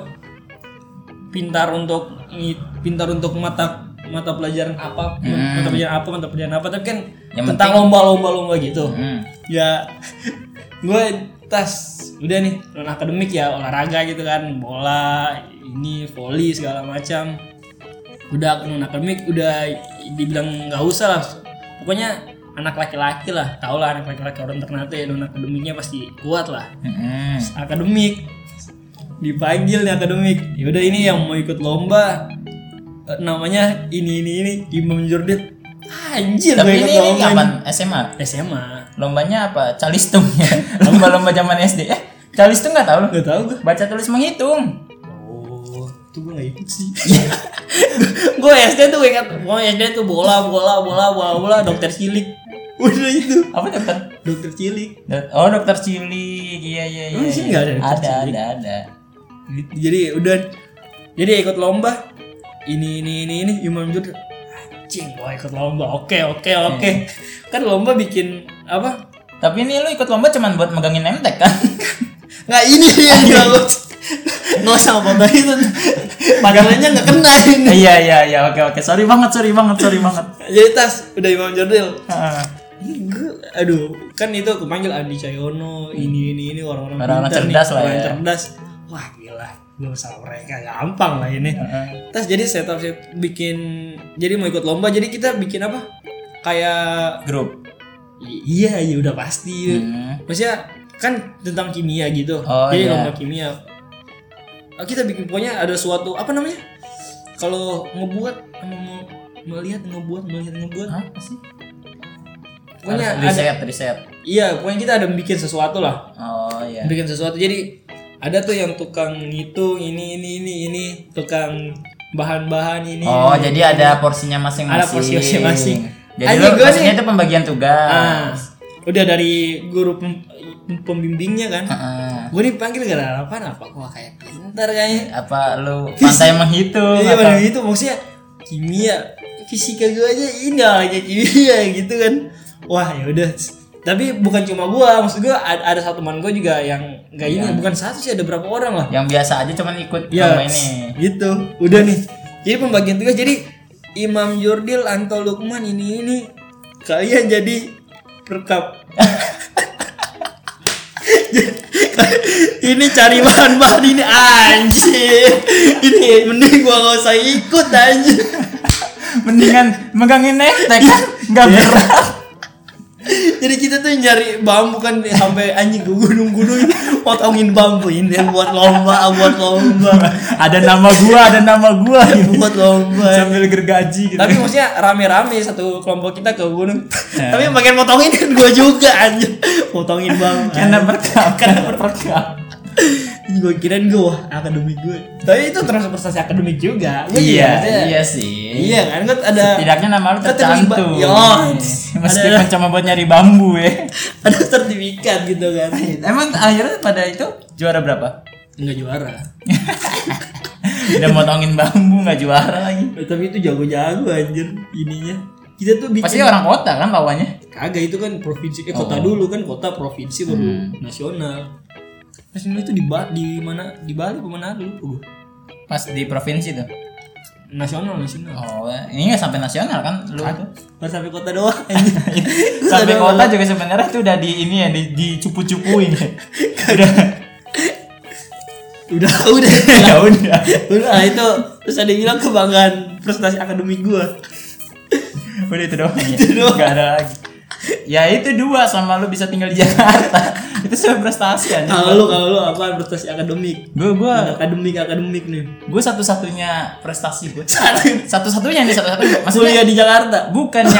[SPEAKER 2] Pintar untuk i- pintar untuk mata mata pelajaran apa,
[SPEAKER 1] Hmm.
[SPEAKER 2] mata pelajaran apa, mata pelajaran apa, tapi kan
[SPEAKER 1] Yang
[SPEAKER 2] tentang
[SPEAKER 1] penting-
[SPEAKER 2] lomba-lomba lomba gitu.
[SPEAKER 1] Hmm.
[SPEAKER 2] Ya gue tas udah nih non akademik ya olahraga gitu kan, bola, ini volley segala macam. Udah non akademik udah dibilang nggak usah lah. Pokoknya anak laki-laki lah, tau lah anak laki-laki orang Ternate non akademiknya pasti kuat lah.
[SPEAKER 1] Hmm.
[SPEAKER 2] Akademik dipanggil nih akademik. Yaudah ini yang mau ikut lomba eh, namanya ini ini ini Imam Jurdil. Anjir
[SPEAKER 1] Tapi
[SPEAKER 2] gue
[SPEAKER 1] ini,
[SPEAKER 2] ikut
[SPEAKER 1] ini
[SPEAKER 2] lomba
[SPEAKER 1] kapan S M A?
[SPEAKER 2] S M A.
[SPEAKER 1] Lombanya apa? Calistung ya. Lomba-lomba zaman S D. Eh, calistung enggak tahu lu?
[SPEAKER 2] Gak tau gue.
[SPEAKER 1] Baca tulis menghitung.
[SPEAKER 2] Oh, itu gue gak ikut sih. Gue S D tuh ingat, gue S D tuh bola, bola, bola, bola, bola, dokter cilik. Udah itu,
[SPEAKER 1] Apa dokter?
[SPEAKER 2] dokter cilik.
[SPEAKER 1] Do- Oh, dokter cilik. Iya, iya, iya.
[SPEAKER 2] Emang sih
[SPEAKER 1] iya.
[SPEAKER 2] nggak ada dokter
[SPEAKER 1] Ada,
[SPEAKER 2] cilik?
[SPEAKER 1] ada, ada.
[SPEAKER 2] Gitu. Jadi udah, jadi ikut lomba. Ini, ini, ini, ini, Imam Jurdil. Anjing, gue ikut lomba. Oke, oke, oke. Kan lomba bikin apa?
[SPEAKER 1] Tapi ini lu ikut lomba cuman buat megangin nemtek kan?
[SPEAKER 2] Nggak ini yang dilakukan. Nggak usah foto itu. Padanannya nggak kena ini.
[SPEAKER 1] Iya, iya, iya. Oke, oke. Sorry banget, sorry banget, sorry banget.
[SPEAKER 2] Jadi tas udah Imam Jurdil.
[SPEAKER 1] Heeh.
[SPEAKER 2] Ini gue, aduh, kan itu kepanggil Andi Cahyono, ini ini ini orang-orang
[SPEAKER 1] Orang-orang
[SPEAKER 2] pintar
[SPEAKER 1] cerdas
[SPEAKER 2] nih,
[SPEAKER 1] lah
[SPEAKER 2] orang
[SPEAKER 1] ya.
[SPEAKER 2] cerdas. Wah gila, gue sama mereka gampang lah ini.
[SPEAKER 1] Heeh.
[SPEAKER 2] Terus jadi setup set bikin, jadi mau ikut lomba, jadi kita bikin apa? Kayak
[SPEAKER 1] Grup.
[SPEAKER 2] i- iya iya udah pasti.
[SPEAKER 1] Hmm.
[SPEAKER 2] Maksudnya kan tentang kimia gitu.
[SPEAKER 1] Oh,
[SPEAKER 2] jadi
[SPEAKER 1] iya.
[SPEAKER 2] lomba kimia. Ah, kita bikin pokoknya ada suatu apa namanya? Kalau ngebuat sama mau melihat ngebuat melihat ngebuat.
[SPEAKER 1] Apa sih?
[SPEAKER 2] Pokoknya
[SPEAKER 1] Harus
[SPEAKER 2] ada
[SPEAKER 1] riset, riset.
[SPEAKER 2] iya, pokoknya kita ada bikin sesuatu lah.
[SPEAKER 1] Oh, iya.
[SPEAKER 2] Bikin sesuatu. Jadi ada tuh yang tukang ngitung ini ini ini ini, tukang bahan-bahan ini.
[SPEAKER 1] Oh,
[SPEAKER 2] ini,
[SPEAKER 1] jadi
[SPEAKER 2] ini.
[SPEAKER 1] ada porsinya masing-masing.
[SPEAKER 2] Ada porsi masing-masing.
[SPEAKER 1] Jadi
[SPEAKER 2] Anjing,
[SPEAKER 1] lu
[SPEAKER 2] gua
[SPEAKER 1] maksudnya
[SPEAKER 2] nih-
[SPEAKER 1] itu pembagian tugas.
[SPEAKER 2] Ah, udah dari guru pem- pembimbingnya kan.
[SPEAKER 1] Heeh.
[SPEAKER 2] Gue dipanggil gara-gara apa? Apa gua kayak pintar kayaknya.
[SPEAKER 1] Apa lu pandai menghitung?
[SPEAKER 2] Iya,
[SPEAKER 1] atau-
[SPEAKER 2] pada itu maksudnya kimia, fisika gue aja ini aja kimia gitu kan. Wah, ya udah. Tapi bukan cuma gua, maksud gua ada, ada satu teman gua juga yang enggak ini, bukan satu sih, ada berapa orang lah.
[SPEAKER 1] Yang biasa aja cuman ikut
[SPEAKER 2] Ya,
[SPEAKER 1] lomba ini.
[SPEAKER 2] gitu. Udah nih. Jadi pembagian tugas jadi Imam Jurdil, Anto Lukman ini ini kalian jadi perkap. Ini cari bahan-bahan ini anjir. Ini mending gua enggak usah ikut anjir.
[SPEAKER 1] Mendingan megangin nektek kan enggak berat.
[SPEAKER 2] Jadi kita tuh nyari bambu kan sampai anjing ke gunung-gunung potongin bambu ini yang buat lomba, buat lomba.
[SPEAKER 1] Ada nama gua, ada nama gua
[SPEAKER 2] buat lomba.
[SPEAKER 1] Sambil gergaji gitu.
[SPEAKER 2] Tapi maksudnya rame-rame satu kelompok kita ke gunung. Tapi makin potongin kan gua juga anjing. Potongin bambu.
[SPEAKER 1] Karena berkap, karena berkap.
[SPEAKER 2] Gue kirain gue wah akademik gue. Tapi itu termasuk prestasi akademik juga. Gua
[SPEAKER 1] Iya,
[SPEAKER 2] juga,
[SPEAKER 1] iya sih.
[SPEAKER 2] Iya kan gue ada.
[SPEAKER 1] Setidaknya nama lu
[SPEAKER 2] tercantum.
[SPEAKER 1] tercantum.
[SPEAKER 2] Yo,
[SPEAKER 1] Meskipun
[SPEAKER 2] ada,
[SPEAKER 1] cuma buat nyari bambu ya.
[SPEAKER 2] ada sertifikat gitu kan.
[SPEAKER 1] Emang akhirnya pada itu juara berapa?
[SPEAKER 2] Enggak juara.
[SPEAKER 1] Udah motongin bambu nggak juara lagi.
[SPEAKER 2] Tapi itu jago-jago anjir ininya. Kita tuh bikin.
[SPEAKER 1] Pasti orang kota kan lawannya.
[SPEAKER 2] Kagak itu kan provinsi eh kota
[SPEAKER 1] Oh.
[SPEAKER 2] dulu kan kota provinsi baru
[SPEAKER 1] Hmm.
[SPEAKER 2] nasional. Nasional itu di ba- di mana di Bali apa mana dulu?
[SPEAKER 1] Pas di provinsi tuh.
[SPEAKER 2] Nasional nasional.
[SPEAKER 1] Oh, ini nggak sampai nasional kan lu
[SPEAKER 2] Kan?
[SPEAKER 1] tuh.
[SPEAKER 2] Baru sampai kota doang.
[SPEAKER 1] Sampai kota juga sebenarnya tuh udah di ini ya di dicupu-cupuin ya. Udah
[SPEAKER 2] udah udah
[SPEAKER 1] ya udah.
[SPEAKER 2] udah ah, itu terus ada yang bilang kebanggaan prestasi akademik gua.
[SPEAKER 1] Udah itu doang. Ya.
[SPEAKER 2] Itu doang.
[SPEAKER 1] Gak ada lagi. Ya itu dua sama lu bisa tinggal di Jakarta. Itu sudah prestasi aja.
[SPEAKER 2] Kalau lu kalau lu apa prestasi akademik?
[SPEAKER 1] Gue gue
[SPEAKER 2] Akademik akademik nih.
[SPEAKER 1] gue satu-satunya prestasi gue. Satu-satunya nih satu-satunya.
[SPEAKER 2] Kuliah di Jakarta.
[SPEAKER 1] Bukannya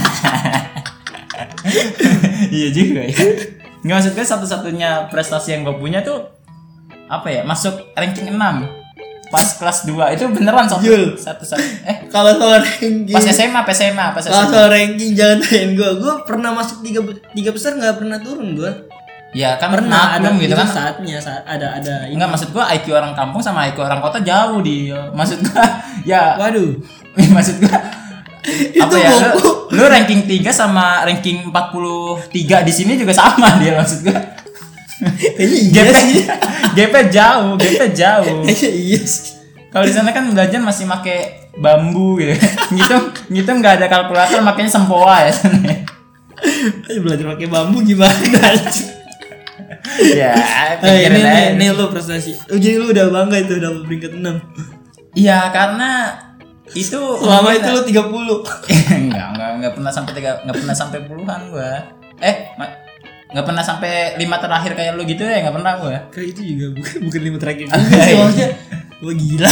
[SPEAKER 1] iya juga ya. Nggak maksud gue satu-satunya prestasi yang gue punya tuh apa ya? Masuk ranking enam pas kelas dua itu beneran satu
[SPEAKER 2] Jul.
[SPEAKER 1] satu satu eh
[SPEAKER 2] Kalau soal ranking
[SPEAKER 1] pas S M A pas S M A pas S
[SPEAKER 2] Kalau
[SPEAKER 1] M A
[SPEAKER 2] soal ranking jangan tanyain gua. Gua pernah masuk tiga tiga besar enggak pernah turun gua.
[SPEAKER 1] ya kan
[SPEAKER 2] Pernah ada
[SPEAKER 1] maklum gitu
[SPEAKER 2] itu
[SPEAKER 1] kan.
[SPEAKER 2] saatnya saat ada ada ini.
[SPEAKER 1] Enggak maksud gua I Q orang kampung sama I Q orang kota jauh di maksud gua ya
[SPEAKER 2] Waduh.
[SPEAKER 1] maksud gua apa
[SPEAKER 2] Itu
[SPEAKER 1] ya lu,
[SPEAKER 2] buku.
[SPEAKER 1] lu ranking tiga sama ranking empat puluh tiga di sini juga sama dia maksud gua.
[SPEAKER 2] Kayaknya
[SPEAKER 1] G
[SPEAKER 2] iya
[SPEAKER 1] P
[SPEAKER 2] sih.
[SPEAKER 1] G P jauh, G P jauh.
[SPEAKER 2] Kayaknya iya sih.
[SPEAKER 1] Kalau di sana kan belajar masih make bambu gitu. Ngitung ngitung enggak ada kalkulator makanya sempoa ya sana.
[SPEAKER 2] Ayo belajar pakai bambu gimana aja.
[SPEAKER 1] Ya,
[SPEAKER 2] Nah, ini,
[SPEAKER 1] pikirin aja.
[SPEAKER 2] ini, ini lu prestasi. Oh, jadi lu udah bangga itu udah peringkat enam.
[SPEAKER 1] Iya, karena itu
[SPEAKER 2] Selama itu lu tiga puluh.
[SPEAKER 1] enggak, enggak, enggak pernah sampai tiga, enggak pernah sampai puluhan gua. Eh, ma- enggak pernah sampai lima terakhir kayak lu gitu ya, enggak pernah gua.
[SPEAKER 2] Kayak itu juga bukan bukan lima terakhir juga sih maksudnya. Wah gila.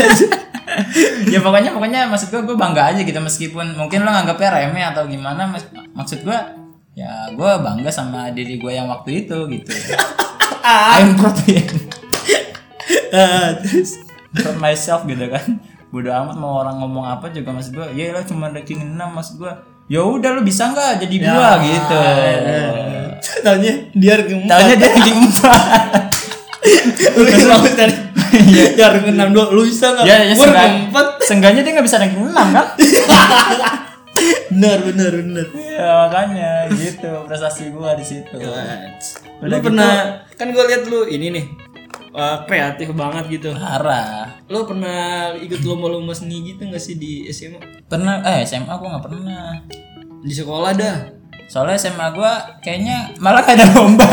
[SPEAKER 1] Ya pokoknya pokoknya maksud gua gua bangga aja gitu meskipun mungkin lo nganggapnya remeh atau gimana mas- maksud gua ya gua bangga sama diri gua yang waktu itu gitu. I'm proud ya.
[SPEAKER 2] Ah, terus
[SPEAKER 1] Proud myself gitu kan. Bodo amat mau orang ngomong apa juga maksud gua. Ya lah cuma ranking enam maksud gua. Ya udah lu bisa enggak jadi gua gitu.
[SPEAKER 2] Taunya dia ranking empat.
[SPEAKER 1] Taunya dia ranking empat.
[SPEAKER 2] Lu bagus kan? Ya ranking enam dua lu bisa enggak?
[SPEAKER 1] Ya, ya
[SPEAKER 2] Gua
[SPEAKER 1] seenggak-
[SPEAKER 2] ranking empat.
[SPEAKER 1] seenggaknya dia enggak bisa ranking enam kan?
[SPEAKER 2] Benar benar benar.
[SPEAKER 1] Ya makanya gitu prestasi gua di situ.
[SPEAKER 2] Lu
[SPEAKER 1] Udah
[SPEAKER 2] pernah kan gua lihat lu ini nih uh, kreatif banget gitu.
[SPEAKER 1] Parah.
[SPEAKER 2] Lu pernah ikut lomba-lomba seni gitu enggak sih di S M A?
[SPEAKER 1] Pernah eh S M A gua enggak pernah.
[SPEAKER 2] Di sekolah dah.
[SPEAKER 1] Soalnya S M A gua kayaknya malah gak ada lomba.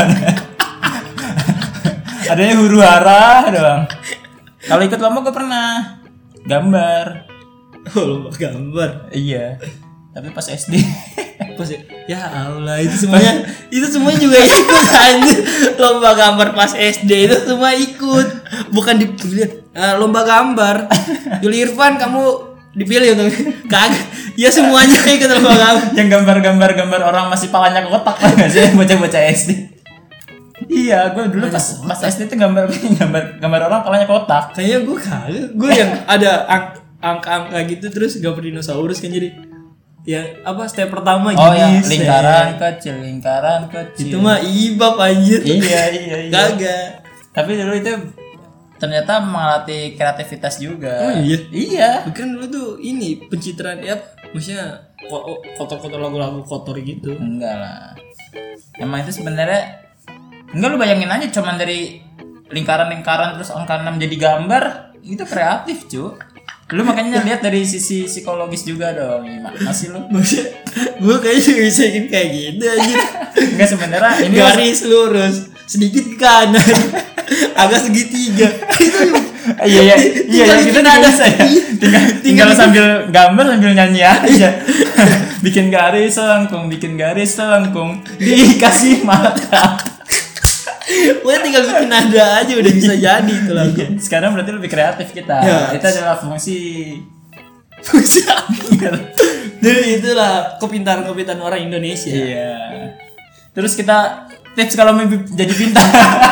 [SPEAKER 1] Adanya huru hara doang. Kalau ikut lomba gua pernah gambar.
[SPEAKER 2] Oh, lomba gambar.
[SPEAKER 1] Iya. Tapi pas S D.
[SPEAKER 2] Pas ya, ya Allah itu semuanya itu semuanya juga ikut anjir. Lomba gambar pas S D itu semua ikut. Bukan dipilih uh, lomba gambar. Juli Irfan kamu dipilih untuk kagak. Ya semuanya ikut lomba gambar.
[SPEAKER 1] Yang gambar-gambar gambar orang masih palanya kotak lah nggak sih bocah-bocah S D. Iya, gue dulu pas pas S D tuh gambar gambar gambar orang palanya kotak.
[SPEAKER 2] Kayaknya gue kagak. Gue yang ada ang- angka-angka gitu terus gambar dinosaurus kan jadi yang apa step pertama
[SPEAKER 1] Oh
[SPEAKER 2] gini.
[SPEAKER 1] ya,
[SPEAKER 2] set.
[SPEAKER 1] lingkaran kecil, lingkaran kecil.
[SPEAKER 2] Itu mah ibab anjir.
[SPEAKER 1] Iya, iya, iya.
[SPEAKER 2] Kagak.
[SPEAKER 1] Tapi dulu itu ternyata melatih kreativitas juga.
[SPEAKER 2] Oh iya?
[SPEAKER 1] Iya.
[SPEAKER 2] Bukan lu tuh ini pencitraan ya, maksudnya ko- kotor-kotor lagu-lagu kotor gitu.
[SPEAKER 1] Enggak lah. Emang itu sebenarnya enggak lu bayangin aja cuman dari lingkaran-lingkaran terus angka enam jadi gambar, itu kreatif, cu. Lu makanya lihat dari sisi psikologis juga dong. Masih lu.
[SPEAKER 2] Maksudnya gue kayaknya juga bisa bikin kayak gitu aja.
[SPEAKER 1] Enggak sebenarnya ini
[SPEAKER 2] Garis lurus, sedikit ke kanan. Agak segitiga.
[SPEAKER 1] Iya iya iya ya, kita ada saya. Tinggal tinggal sambil gambar sambil nyanyi aja. Bikin garis selengkung, bikin garis selengkung, dikasih mata.
[SPEAKER 2] Gue tinggal bikin nada aja udah bisa jadi itu lagu.
[SPEAKER 1] Sekarang berarti lebih kreatif kita.
[SPEAKER 2] Ya.
[SPEAKER 1] Itu adalah fungsi
[SPEAKER 2] fungsi. Jadi itulah kepintaran-kepintaran orang Indonesia.
[SPEAKER 1] Iya. Terus kita tips kalau mau jadi pintar.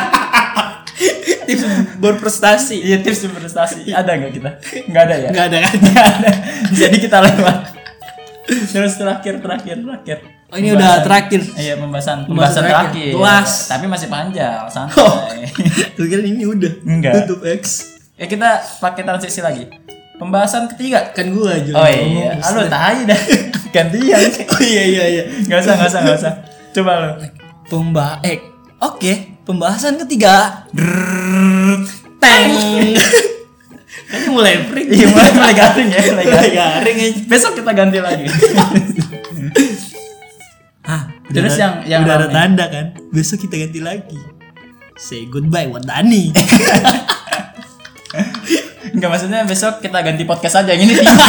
[SPEAKER 2] Tips berprestasi.
[SPEAKER 1] Iya, tips berprestasi. Ada nggak kita? Nggak ada ya?
[SPEAKER 2] Nggak ada kan?
[SPEAKER 1] Nggak ada. Jadi kita lewat. Terus terakhir terakhir terakhir.
[SPEAKER 2] Oh ini pembahasan. Udah terakhir.
[SPEAKER 1] Iya pembahasan
[SPEAKER 2] pembahasan,
[SPEAKER 1] pembahasan terakhir. terakhir.
[SPEAKER 2] Kelas.
[SPEAKER 1] Tapi masih panjang, santai.
[SPEAKER 2] Oh, tuh kira ini udah.
[SPEAKER 1] Enggak.
[SPEAKER 2] Tutup X.
[SPEAKER 1] Ya kita pakai transisi lagi. Pembahasan ketiga
[SPEAKER 2] kan gua aja.
[SPEAKER 1] Oh iya. Halo tai dah. Gantian.
[SPEAKER 2] Oh iya iya iya.
[SPEAKER 1] Enggak usah enggak usah enggak usah. Coba lu.
[SPEAKER 2] Pembahas. Eh, Oke, pembahasan ketiga. Teng. Kayaknya mulai freak.
[SPEAKER 1] Iya, mulai mulai garing ya, mulai garing.
[SPEAKER 2] garing ya.
[SPEAKER 1] Besok kita ganti lagi.
[SPEAKER 2] Ah,
[SPEAKER 1] terus yang yang
[SPEAKER 2] udah ada tanda kan. Besok kita ganti lagi. Say goodbye Wadani.
[SPEAKER 1] Enggak, maksudnya besok kita ganti podcast aja yang ini tiga.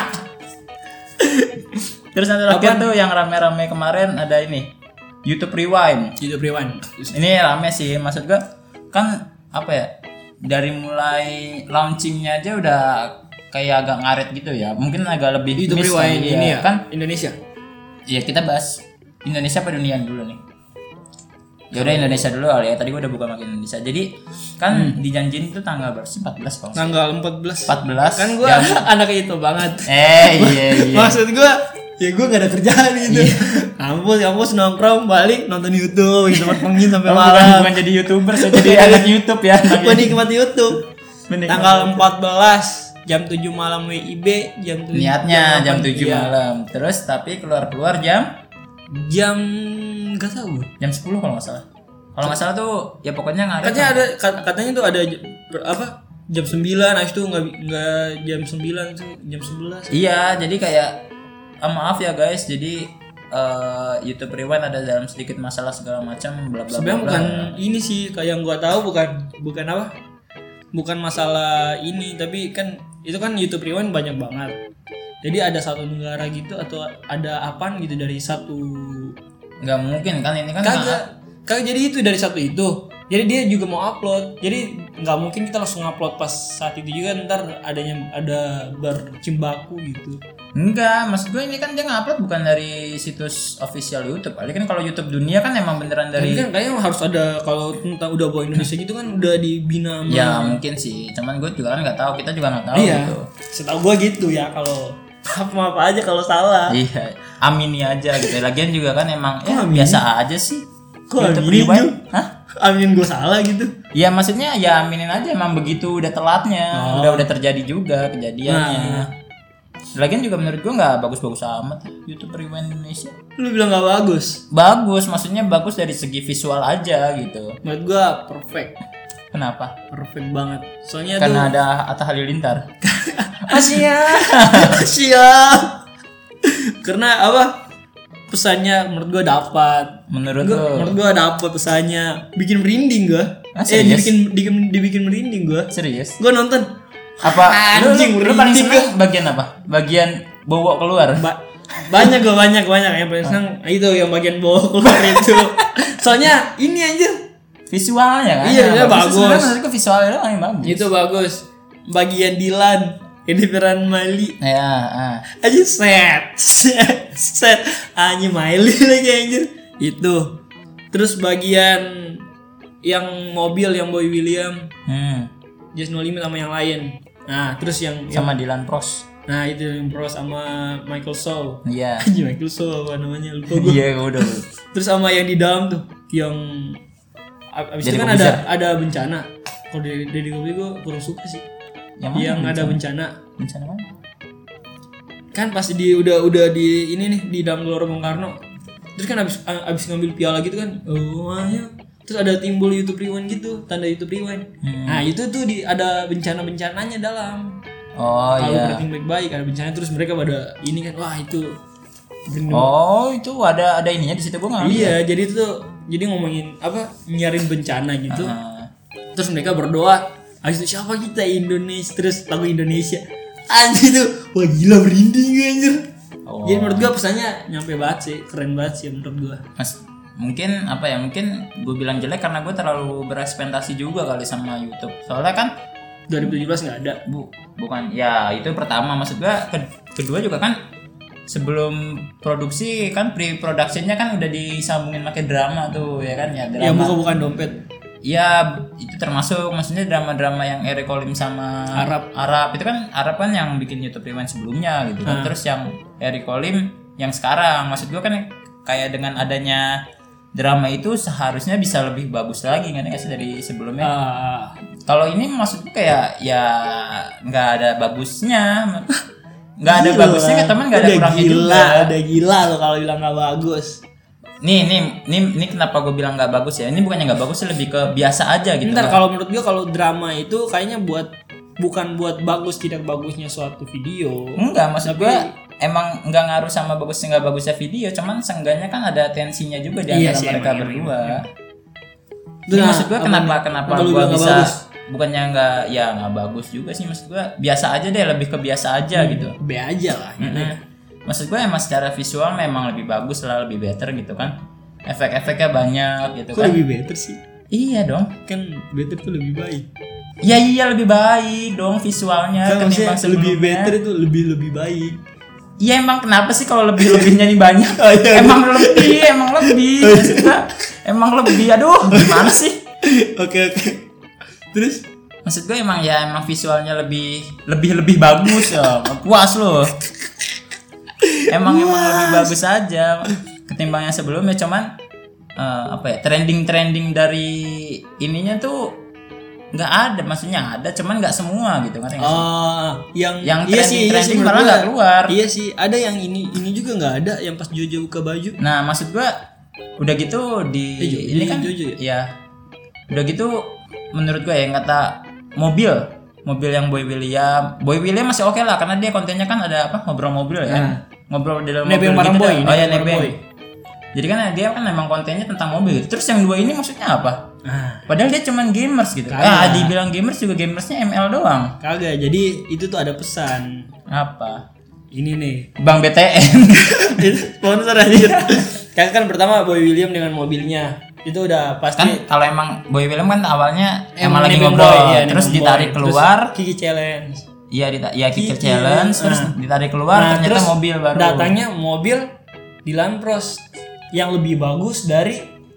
[SPEAKER 1] Terus yang terakhir tuh yang rame-rame kemarin ada ini. YouTube Rewind.
[SPEAKER 2] YouTube Rewind.
[SPEAKER 1] Ini rame sih, maksud gua kan apa ya? Dari mulai launchingnya aja udah kayak agak ngaret gitu ya. Mungkin agak lebih
[SPEAKER 2] YouTube Rewind
[SPEAKER 1] ya.
[SPEAKER 2] ini ya
[SPEAKER 1] Kan
[SPEAKER 2] Indonesia.
[SPEAKER 1] Iya, kita bahas Indonesia apa dunia dulu nih. Ya udah Indonesia dulu kali ya. Tadi gua udah buka makin Indonesia. Jadi kan hmm. dijanjiin itu tanggal berapa sih? empat belas kalau.
[SPEAKER 2] Tanggal empat belas.
[SPEAKER 1] empat belas.
[SPEAKER 2] Kan gua jam... anak itu banget.
[SPEAKER 1] Eh, iya iya.
[SPEAKER 2] Maksud gua ya gue gak ada kerjaan gitu. Kampus kampus nongkrong balik nonton YouTube gitu tempat pengin sampai
[SPEAKER 1] oh,
[SPEAKER 2] malam.
[SPEAKER 1] Bukan, bukan jadi YouTuber, saya jadi anak YouTube ya.
[SPEAKER 2] Gue nikmat YouTube.
[SPEAKER 1] Menikmati
[SPEAKER 2] tanggal
[SPEAKER 1] YouTube.
[SPEAKER 2] empat belas jam tujuh malam W I B jam tujuh.
[SPEAKER 1] Niatnya jam, jam tujuh iya. malam. Terus tapi keluar-keluar jam
[SPEAKER 2] jam enggak tahu.
[SPEAKER 1] Jam sepuluh kalau enggak salah. Kalau enggak salah tuh ya pokoknya ngaret.
[SPEAKER 2] Katanya ada katanya tuh ada apa? Jam sembilan, habis itu enggak enggak jam sembilan tuh jam sebelas.
[SPEAKER 1] Iya, jadi kayak ah, maaf ya guys, jadi uh, YouTube Rewind ada dalam sedikit masalah segala macam bla bla bla.
[SPEAKER 2] Sebenarnya bukan ini sih kayak yang gua tahu bukan bukan apa? Bukan masalah ini, tapi kan itu kan YouTube Rewind banyak banget. Jadi ada satu negara gitu atau ada apaan gitu dari satu.
[SPEAKER 1] Nggak mungkin kan ini kan
[SPEAKER 2] kagak. Kagak jadi itu dari satu itu. Jadi dia juga mau upload. Jadi nggak mungkin kita langsung upload pas saat itu juga, ntar adanya ada bercimbaku gitu.
[SPEAKER 1] Enggak, maksud gue ini kan dia ngupload bukan dari situs official YouTube. Kali kan kalau YouTube dunia kan emang beneran dari.
[SPEAKER 2] Tapi kan kayaknya harus ada kalau tentang udah bawa Indonesia gitu kan udah dibina sama.
[SPEAKER 1] Ya mungkin sih, cuman gue juga kan nggak tahu, kita juga nggak tahu
[SPEAKER 2] iya,
[SPEAKER 1] gitu.
[SPEAKER 2] Setahu gue gitu ya, kalau apa apa aja kalau salah.
[SPEAKER 1] Iya, amini aja gitu. Lagian juga kan emang ya,
[SPEAKER 2] amini?
[SPEAKER 1] biasa aja sih.
[SPEAKER 2] Kok aminin juga?
[SPEAKER 1] Hah?
[SPEAKER 2] Aminin gue salah gitu?
[SPEAKER 1] Ya maksudnya ya aminin aja, emang begitu udah telatnya, oh. udah udah terjadi juga kejadiannya. Nah. Lagian juga menurut gue nggak bagus-bagus amat YouTube Rewind Indonesia.
[SPEAKER 2] Lu bilang nggak bagus?
[SPEAKER 1] Bagus, maksudnya bagus dari segi visual aja gitu.
[SPEAKER 2] Menurut gue perfect.
[SPEAKER 1] Kenapa?
[SPEAKER 2] Perfect banget. Soalnya
[SPEAKER 1] karena
[SPEAKER 2] tuh...
[SPEAKER 1] ada Atta Halilintar. Asia,
[SPEAKER 2] Asia. Karena apa? Pesannya menurut gue dapat.
[SPEAKER 1] Menurut
[SPEAKER 2] gua,
[SPEAKER 1] lo?
[SPEAKER 2] Menurut gue dapat pesannya. Bikin merinding gue.
[SPEAKER 1] Ah,
[SPEAKER 2] eh dibikin, dibikin dibikin merinding gue.
[SPEAKER 1] Serius?
[SPEAKER 2] Gue nonton.
[SPEAKER 1] Apa?
[SPEAKER 2] Anjing,
[SPEAKER 1] lu, lu, lu paling seneng bagian apa? Bagian bawa keluar.
[SPEAKER 2] Ba- banyak gue banyak banyak yang paling seneng ah. itu yang bagian bawa keluar itu. Soalnya ini aja
[SPEAKER 1] visualnya kan.
[SPEAKER 2] Iya, ya, bagus.
[SPEAKER 1] Sebenarnya visualnya yang bagus.
[SPEAKER 2] Itu bagus. Bagian Dilan ini peran Miley.
[SPEAKER 1] Ya, ah.
[SPEAKER 2] Aja set, set, set. Anjir Miley lagi anjir. Itu. Terus bagian yang mobil yang Boy William.
[SPEAKER 1] Hmm.
[SPEAKER 2] Just No Limit sama yang lain. Nah, terus yang
[SPEAKER 1] sama
[SPEAKER 2] yang,
[SPEAKER 1] Dylan Pros.
[SPEAKER 2] Nah, itu yang Pros sama Michael Shaw.
[SPEAKER 1] Iya.
[SPEAKER 2] Anjir Michael Shaw apa namanya? Lupa gue.
[SPEAKER 1] Iya, udah.
[SPEAKER 2] Terus sama yang di dalam tuh, yang abis itu kan ada ada bencana. Kalau dari dari gue gue kurang suka sih. Yang, yang ada bencana.
[SPEAKER 1] Bencana mana?
[SPEAKER 2] Kan pasti di udah udah di ini nih di dalam Gelora Bung Karno. Terus kan abis abis ngambil piala gitu kan. Oh, ya. Terus ada timbul YouTube Rewind gitu, tanda YouTube Rewind. Hmm. Nah, itu tuh di ada bencana-bencananya dalam.
[SPEAKER 1] Oh,
[SPEAKER 2] kalau
[SPEAKER 1] iya.
[SPEAKER 2] Kalau baik-baik ada bencana terus mereka pada ini kan, wah itu Bener.
[SPEAKER 1] Oh, itu ada ada ininya di situ gua enggak.
[SPEAKER 2] Iya, jadi itu tuh jadi ngomongin apa? Nyarin bencana gitu.
[SPEAKER 1] Uh,
[SPEAKER 2] Terus mereka berdoa, habis itu siapa kita Indonesia, terus lagu Indonesia. Anjir tuh, wah gila merinding anjir.
[SPEAKER 1] Oh.
[SPEAKER 2] Jadi menurut gua pesannya nyampe banget sih, keren banget sih menurut gua.
[SPEAKER 1] Mas, mungkin apa ya? Mungkin gue bilang jelek karena gue terlalu berekspektasi juga kali sama YouTube. Soalnya kan
[SPEAKER 2] dua ribu tujuh belas nggak ada.
[SPEAKER 1] Bu, bukan ya itu pertama, maksud gue kedua juga kan sebelum produksi kan pre-productionnya kan udah disambungin pakai drama tuh ya kan ya drama.
[SPEAKER 2] Ya bukan bukan dompet.
[SPEAKER 1] Ya itu termasuk maksudnya drama-drama yang Eric Colim sama
[SPEAKER 2] Arab.
[SPEAKER 1] Arab itu kan Arab kan yang bikin YouTube Rewind sebelumnya gitu kan.
[SPEAKER 2] Hmm.
[SPEAKER 1] Terus yang Eric Colim yang sekarang, maksud gue kan kayak dengan adanya drama itu seharusnya bisa lebih bagus lagi kan ya sih dari sebelumnya.
[SPEAKER 2] Uh,
[SPEAKER 1] Kalau ini maksudku kayak ya nggak ada bagusnya, nggak ada
[SPEAKER 2] gila.
[SPEAKER 1] bagusnya, teman nggak ada
[SPEAKER 2] Udah
[SPEAKER 1] kurangnya
[SPEAKER 2] gila,
[SPEAKER 1] juga.
[SPEAKER 2] Udah gila lo kalau bilang nggak bagus.
[SPEAKER 1] Nih, nih, nih, nih kenapa gue bilang nggak bagus ya? Ini bukannya nggak bagus, lebih ke biasa aja gitu.
[SPEAKER 2] Ntar
[SPEAKER 1] kan.
[SPEAKER 2] kalau menurut gua kalau drama itu kayaknya buat bukan buat bagus tidak bagusnya suatu video.
[SPEAKER 1] Enggak, maksud
[SPEAKER 2] Tapi-
[SPEAKER 1] gue emang nggak ngaruh sama bagusnya nggak bagusnya video, cuman seenggaknya kan ada tensinya juga di
[SPEAKER 2] Iya
[SPEAKER 1] antara
[SPEAKER 2] sih,
[SPEAKER 1] mereka
[SPEAKER 2] emang,
[SPEAKER 1] berdua.
[SPEAKER 2] Itu
[SPEAKER 1] Ini
[SPEAKER 2] nah,
[SPEAKER 1] maksud gue
[SPEAKER 2] apa
[SPEAKER 1] kenapa
[SPEAKER 2] nih?
[SPEAKER 1] kenapa
[SPEAKER 2] Apa lu
[SPEAKER 1] gue
[SPEAKER 2] bilang nggak
[SPEAKER 1] bisa
[SPEAKER 2] bagus?
[SPEAKER 1] bukannya nggak ya nggak bagus juga sih, maksud gue biasa aja deh, lebih ke biasa aja
[SPEAKER 2] Hmm.
[SPEAKER 1] gitu.
[SPEAKER 2] B aja lah gitu.
[SPEAKER 1] Mm-mm. Maksud gue emang secara visual memang lebih bagus lah, lebih better gitu kan. Efek-efeknya banyak gitu
[SPEAKER 2] Kok
[SPEAKER 1] kan.
[SPEAKER 2] lebih better sih?
[SPEAKER 1] Iya dong.
[SPEAKER 2] Kan better tuh lebih baik.
[SPEAKER 1] Iya iya lebih baik dong visualnya
[SPEAKER 2] Kan
[SPEAKER 1] ketimbang
[SPEAKER 2] maksudnya lebih
[SPEAKER 1] sebelumnya.
[SPEAKER 2] better itu lebih lebih baik.
[SPEAKER 1] Iya emang kenapa sih kalau lebih-lebihnya nih banyak?
[SPEAKER 2] Oh, iya,
[SPEAKER 1] emang lebih, emang lebih. Maksud gua, emang lebih. Aduh, gimana sih?
[SPEAKER 2] Oke oke. Terus?
[SPEAKER 1] Maksud gue emang ya emang visualnya lebih lebih lebih bagus ya. Puas loh. Emang emang lebih bagus aja ketimbang yang sebelumnya, cuman eh, apa ya? Trending-trending dari ininya tuh nggak ada, maksudnya ada, cuman nggak semua gitu kan?
[SPEAKER 2] Oh, yang
[SPEAKER 1] Yang
[SPEAKER 2] iya sih, iya
[SPEAKER 1] trending-trending
[SPEAKER 2] sih,
[SPEAKER 1] malah
[SPEAKER 2] menurut
[SPEAKER 1] nggak
[SPEAKER 2] gua.
[SPEAKER 1] keluar.
[SPEAKER 2] Iya sih, ada yang ini ini juga nggak ada yang pas Jojo buka baju.
[SPEAKER 1] Nah, maksud gua udah gitu di
[SPEAKER 2] Eh, Jojo,
[SPEAKER 1] ini kan
[SPEAKER 2] Jojo ya?
[SPEAKER 1] ya. Udah gitu menurut gua ya yang kata mobil, mobil yang Boy William. Boy William masih oke lah karena dia kontennya kan ada apa? Ngobrol mobil ya.
[SPEAKER 2] Nah.
[SPEAKER 1] Ngobrol di dalam
[SPEAKER 2] Nebeng
[SPEAKER 1] mobil
[SPEAKER 2] bareng
[SPEAKER 1] gitu.
[SPEAKER 2] Boy,
[SPEAKER 1] dah. Oh ya
[SPEAKER 2] nebeng bareng
[SPEAKER 1] nebeng.
[SPEAKER 2] Boy.
[SPEAKER 1] Jadi kan dia kan memang kontennya tentang mobil gitu. Terus yang dua ini maksudnya apa?
[SPEAKER 2] Ah,
[SPEAKER 1] Padahal dia cuman gamers gitu.
[SPEAKER 2] Kagak.
[SPEAKER 1] Ah, dibilang gamers juga gamersnya M L doang.
[SPEAKER 2] kagak. Jadi itu tuh ada pesan.
[SPEAKER 1] Apa?
[SPEAKER 2] Ini nih.
[SPEAKER 1] Bang B T N.
[SPEAKER 2] Sponsor aja. Kan kan pertama Boy William dengan mobilnya. Itu udah pasti
[SPEAKER 1] Kan kalau emang Boy William kan awalnya emang,
[SPEAKER 2] Emang
[SPEAKER 1] lagi
[SPEAKER 2] nebeng
[SPEAKER 1] ngobrol,
[SPEAKER 2] Boy, iya,
[SPEAKER 1] terus
[SPEAKER 2] nebeng
[SPEAKER 1] ditarik
[SPEAKER 2] Boy.
[SPEAKER 1] keluar.
[SPEAKER 2] Terus Kiki challenge.
[SPEAKER 1] Iya, dita- ya kicker
[SPEAKER 2] Kiki,
[SPEAKER 1] challenge, terus
[SPEAKER 2] nah.
[SPEAKER 1] ditarik keluar
[SPEAKER 2] Nah,
[SPEAKER 1] ternyata
[SPEAKER 2] terus
[SPEAKER 1] mobil baru.
[SPEAKER 2] Datangnya mobil di Lampros yang lebih bagus dari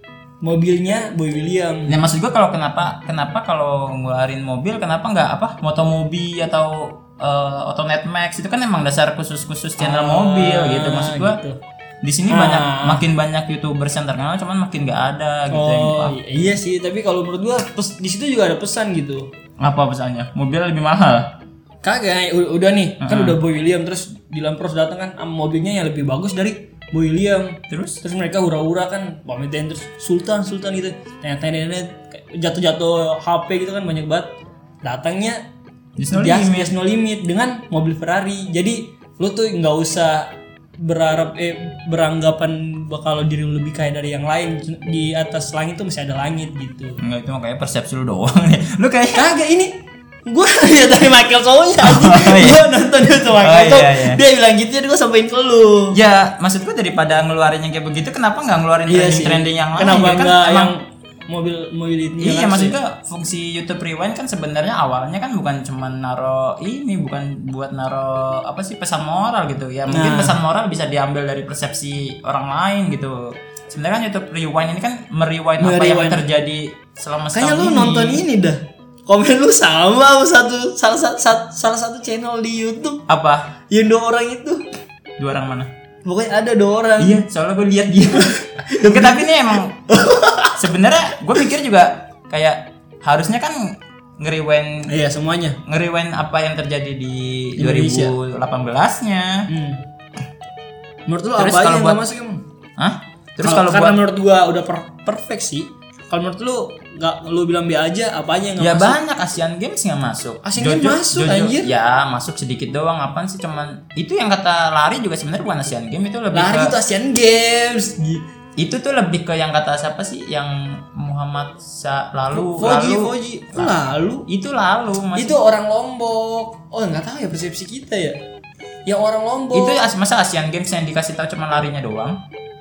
[SPEAKER 2] mobilnya Boy William.
[SPEAKER 1] Nah, maksud gua kalau kenapa kenapa kalau ngeluarin mobil kenapa nggak apa Motomobi atau uh, Autonet Max itu kan emang dasar khusus-khusus channel
[SPEAKER 2] Ah,
[SPEAKER 1] mobil gitu, maksud gua.
[SPEAKER 2] gitu.
[SPEAKER 1] Di sini
[SPEAKER 2] Ah.
[SPEAKER 1] banyak makin banyak YouTubers yang terkenal cuman makin nggak ada gitu yang
[SPEAKER 2] Oh
[SPEAKER 1] dipakai.
[SPEAKER 2] iya sih, tapi kalau menurut gua pes- di situ juga ada pesan gitu.
[SPEAKER 1] Apa pesannya? Mobil lebih mahal.
[SPEAKER 2] Kagak, u- udah nih, kan udah Boy William terus di Lampros datang kan am- mobilnya yang lebih bagus dari Boy William.
[SPEAKER 1] Terus
[SPEAKER 2] Terus mereka hura-hura kan, pamitin terus Sultan Sultan gitu. Ternyata jatuh-jatuh H P gitu kan banyak banget. Datangnya
[SPEAKER 1] Just No
[SPEAKER 2] Just-
[SPEAKER 1] Limit.
[SPEAKER 2] Just No Limit dengan mobil Ferrari. Jadi lu tuh nggak usah berharap eh beranggapan bakal diri lu lebih kaya dari yang lain. Di atas langit tuh masih ada langit gitu.
[SPEAKER 1] Enggak, itu mah kayak persepsi lu doang nih. Lu kayak
[SPEAKER 2] Kagak, ini gue lihat dari Michael Sonya aja.
[SPEAKER 1] Oh, iya.
[SPEAKER 2] Gue nonton itu Michael
[SPEAKER 1] Oh, iya,
[SPEAKER 2] Sow.
[SPEAKER 1] iya.
[SPEAKER 2] Dia bilang gitu, gue sampein ke lu.
[SPEAKER 1] ya maksud gua daripada ngeluarin yang kayak begitu kenapa nggak ngeluarin
[SPEAKER 2] Iya sih.
[SPEAKER 1] trending-trending yang lain?
[SPEAKER 2] Kenapa
[SPEAKER 1] Ya kan
[SPEAKER 2] enggak
[SPEAKER 1] emang-
[SPEAKER 2] yang mobil mobil itu?
[SPEAKER 1] Iya, maksudnya fungsi YouTube Rewind kan sebenarnya awalnya kan bukan cuma naro ini, bukan buat naro apa sih pesan moral gitu ya. Mungkin
[SPEAKER 2] Nah.
[SPEAKER 1] pesan moral bisa diambil dari persepsi orang lain gitu. Sebenarnya kan YouTube Rewind ini kan merewind apa yang
[SPEAKER 2] Merewind.
[SPEAKER 1] terjadi selama setahun
[SPEAKER 2] Kayaknya lu
[SPEAKER 1] ini.
[SPEAKER 2] nonton ini dah. Komen lu sama sama satu salah satu salah satu channel di YouTube
[SPEAKER 1] Apa?
[SPEAKER 2] yang dua orang itu.
[SPEAKER 1] Dua orang mana?
[SPEAKER 2] Pokoknya ada dua orang.
[SPEAKER 1] Iya, soalnya gue lihat dia. Enggak, tapi ini emang sebenarnya gue pikir juga kayak harusnya kan nge-rewind
[SPEAKER 2] Iya, semuanya.
[SPEAKER 1] nge-rewind apa yang terjadi di
[SPEAKER 2] Indonesia.
[SPEAKER 1] dua ribu delapan belas-nya.
[SPEAKER 2] Hmm. Menurut lu
[SPEAKER 1] Terus
[SPEAKER 2] apa aja
[SPEAKER 1] kalau
[SPEAKER 2] yang
[SPEAKER 1] buat-
[SPEAKER 2] nggak masuk emang?
[SPEAKER 1] Hah? Terus
[SPEAKER 2] Kalau
[SPEAKER 1] kalau
[SPEAKER 2] karena
[SPEAKER 1] buat
[SPEAKER 2] menurut gua udah per- perfect sih. Kalau menurut lu nggak lu bilang B aja, apanya yang nggak
[SPEAKER 1] Ya
[SPEAKER 2] masuk?
[SPEAKER 1] banyak Asian Games nggak masuk.
[SPEAKER 2] Asian Games masuk, anjir.
[SPEAKER 1] Ya masuk sedikit doang. Apaan sih cuman itu yang kata lari juga sebenarnya bukan Asian Games, itu lebih
[SPEAKER 2] Lari
[SPEAKER 1] ke
[SPEAKER 2] itu Asian Games.
[SPEAKER 1] itu tuh lebih ke yang kata siapa sih yang Muhammad Sa lalu
[SPEAKER 2] Foji,
[SPEAKER 1] lalu
[SPEAKER 2] Foji. Kok lalu?
[SPEAKER 1] itu lalu masih,
[SPEAKER 2] Itu orang Lombok. Oh nggak tahu ya persepsi kita ya. Yang orang Lombok.
[SPEAKER 1] itu as- masa Asian Games yang dikasih tahu cuma larinya doang.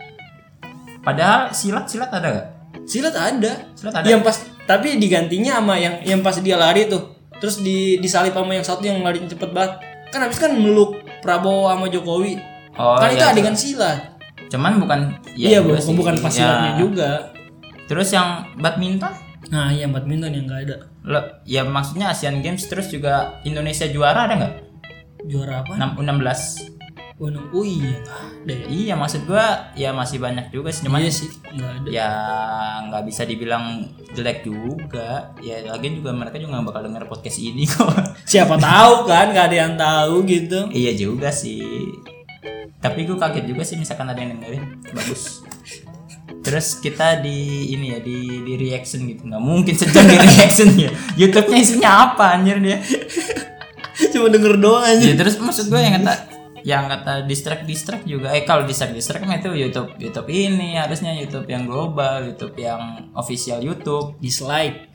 [SPEAKER 1] Padahal silat silat ada gak?
[SPEAKER 2] Silat ada.
[SPEAKER 1] Silat ada.
[SPEAKER 2] Yang pas tapi digantinya sama yang yang pas dia lari tuh. Terus di disalip sama yang satu yang larinya cepet banget. Kan habis kan meluk Prabowo sama Jokowi.
[SPEAKER 1] Oh,
[SPEAKER 2] kan
[SPEAKER 1] iya,
[SPEAKER 2] itu
[SPEAKER 1] itu.
[SPEAKER 2] adegan silat.
[SPEAKER 1] Cuman bukan
[SPEAKER 2] Iya,
[SPEAKER 1] juga
[SPEAKER 2] bukan
[SPEAKER 1] sih.
[SPEAKER 2] bukan pas silatnya
[SPEAKER 1] Ya.
[SPEAKER 2] juga.
[SPEAKER 1] Terus yang badminton?
[SPEAKER 2] Nah, iya badminton yang enggak ada.
[SPEAKER 1] Lo, ya maksudnya Asian Games terus juga Indonesia juara ada nggak?
[SPEAKER 2] Juara apa?
[SPEAKER 1] enam enam belas.
[SPEAKER 2] Oh, enam- oh iya, nggak ada ya.
[SPEAKER 1] Iya maksud gua ya masih banyak juga sih cuman
[SPEAKER 2] Iya sih, enggak ada.
[SPEAKER 1] ya nggak bisa dibilang jelek juga. Ya lagian juga mereka juga nggak bakal denger podcast ini kok.
[SPEAKER 2] Siapa tahu kan, nggak ada yang tahu gitu.
[SPEAKER 1] Iya juga sih. Tapi gue kaget juga sih misalkan ada yang dengerin. Bagus. Terus kita di ini ya di di reaction gitu. Nggak mungkin sejam di reaction ya. YouTube-nya isinya apa anjir dia?
[SPEAKER 2] Cuma denger doang aja.
[SPEAKER 1] Ya terus maksud gue yang kata yang kata distract distract juga. Eh kalau distract distract mah itu YouTube YouTube ini harusnya YouTube yang global, YouTube yang official YouTube.
[SPEAKER 2] Dislike.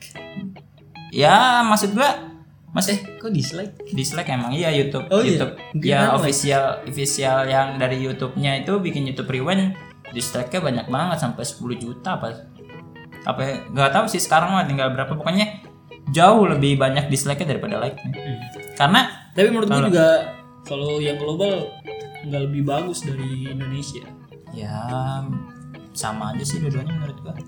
[SPEAKER 1] Ya maksud gue Mas
[SPEAKER 2] Eh, kok dislike?
[SPEAKER 1] dislike emang iya YouTube
[SPEAKER 2] Oh, iya?
[SPEAKER 1] YouTube
[SPEAKER 2] Mungkin
[SPEAKER 1] ya
[SPEAKER 2] apa?
[SPEAKER 1] official official yang dari YouTube-nya itu bikin YouTube Rewind dislike-nya banyak banget sampai sepuluh juta apa apa nggak tahu sih sekarang mah tinggal berapa, pokoknya jauh lebih banyak dislike-nya daripada like-nya.
[SPEAKER 2] Hmm.
[SPEAKER 1] Karena
[SPEAKER 2] Tapi menurut gue
[SPEAKER 1] Kalau-
[SPEAKER 2] juga kalau yang global nggak lebih bagus dari Indonesia.
[SPEAKER 1] ya sama aja sih dua-duanya menurut gua.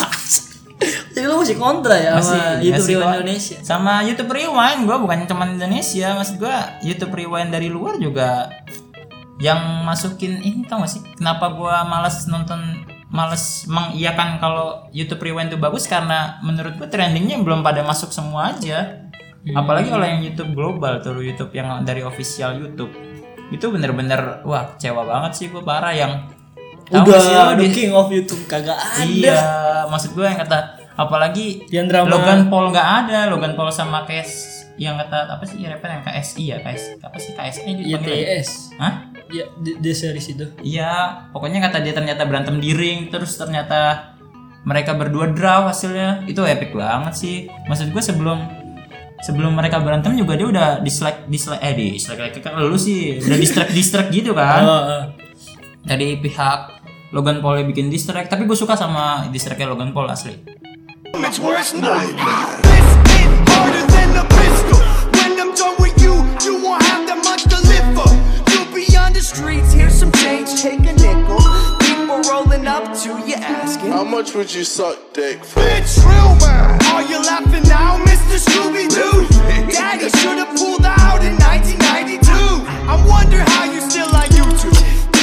[SPEAKER 2] Jadi lo masih kontra ya
[SPEAKER 1] Masih-
[SPEAKER 2] sama YouTube
[SPEAKER 1] masih
[SPEAKER 2] Rewind
[SPEAKER 1] kok.
[SPEAKER 2] Indonesia?
[SPEAKER 1] Sama YouTube Rewind gua bukan cuma Indonesia, maksud gua YouTube Rewind dari luar juga yang masukin ini, tau gak sih kenapa gua malas nonton, malas mengiyakan kalau YouTube Rewind itu bagus karena menurut gua trendingnya belum pada masuk semua aja.
[SPEAKER 2] Hmm.
[SPEAKER 1] Apalagi kalau yang YouTube global tuh, YouTube yang dari official YouTube itu bener-bener wah kecewa banget sih gua parah yang tahu nggak sih lo
[SPEAKER 2] Udah the
[SPEAKER 1] di-
[SPEAKER 2] king of YouTube kagak ada.
[SPEAKER 1] Iya, maksud gue yang kata apalagi
[SPEAKER 2] Yang drama-
[SPEAKER 1] Logan Paul nggak ada, Logan Paul sama Kes yang kata apa sih rapper yang K S I ya, K S apa sih K S I
[SPEAKER 2] Y T
[SPEAKER 1] dipanggil?
[SPEAKER 2] S.
[SPEAKER 1] Hah?
[SPEAKER 2] Ya, di, di series itu.
[SPEAKER 1] Iya, pokoknya kata dia ternyata berantem di ring, terus ternyata mereka berdua draw hasilnya. Itu epic banget sih. Maksud gue sebelum sebelum mereka berantem juga dia udah dislike dislike eh dislike kan lu sih udah distract distract gitu kan.
[SPEAKER 2] Oh, oh.
[SPEAKER 1] Dari pihak Logan Paul yang bikin distract, tapi gue suka sama distractnya Logan Paul asli.
[SPEAKER 3] It's worse nightmare. This hit harder than a pistol. When I'm done with you, you won't have that much to live for. You'll be on the streets, here's some change, take a nickel. People rolling up to you asking,
[SPEAKER 4] How much would you suck dick for?
[SPEAKER 3] Bitch, real man. Are you laughing now, Mister Scooby-Doo? Daddy should've pulled out in nineteen ninety-two. I wonder how you still on YouTube.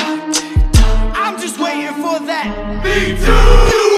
[SPEAKER 3] I'm just waiting for that. Me too.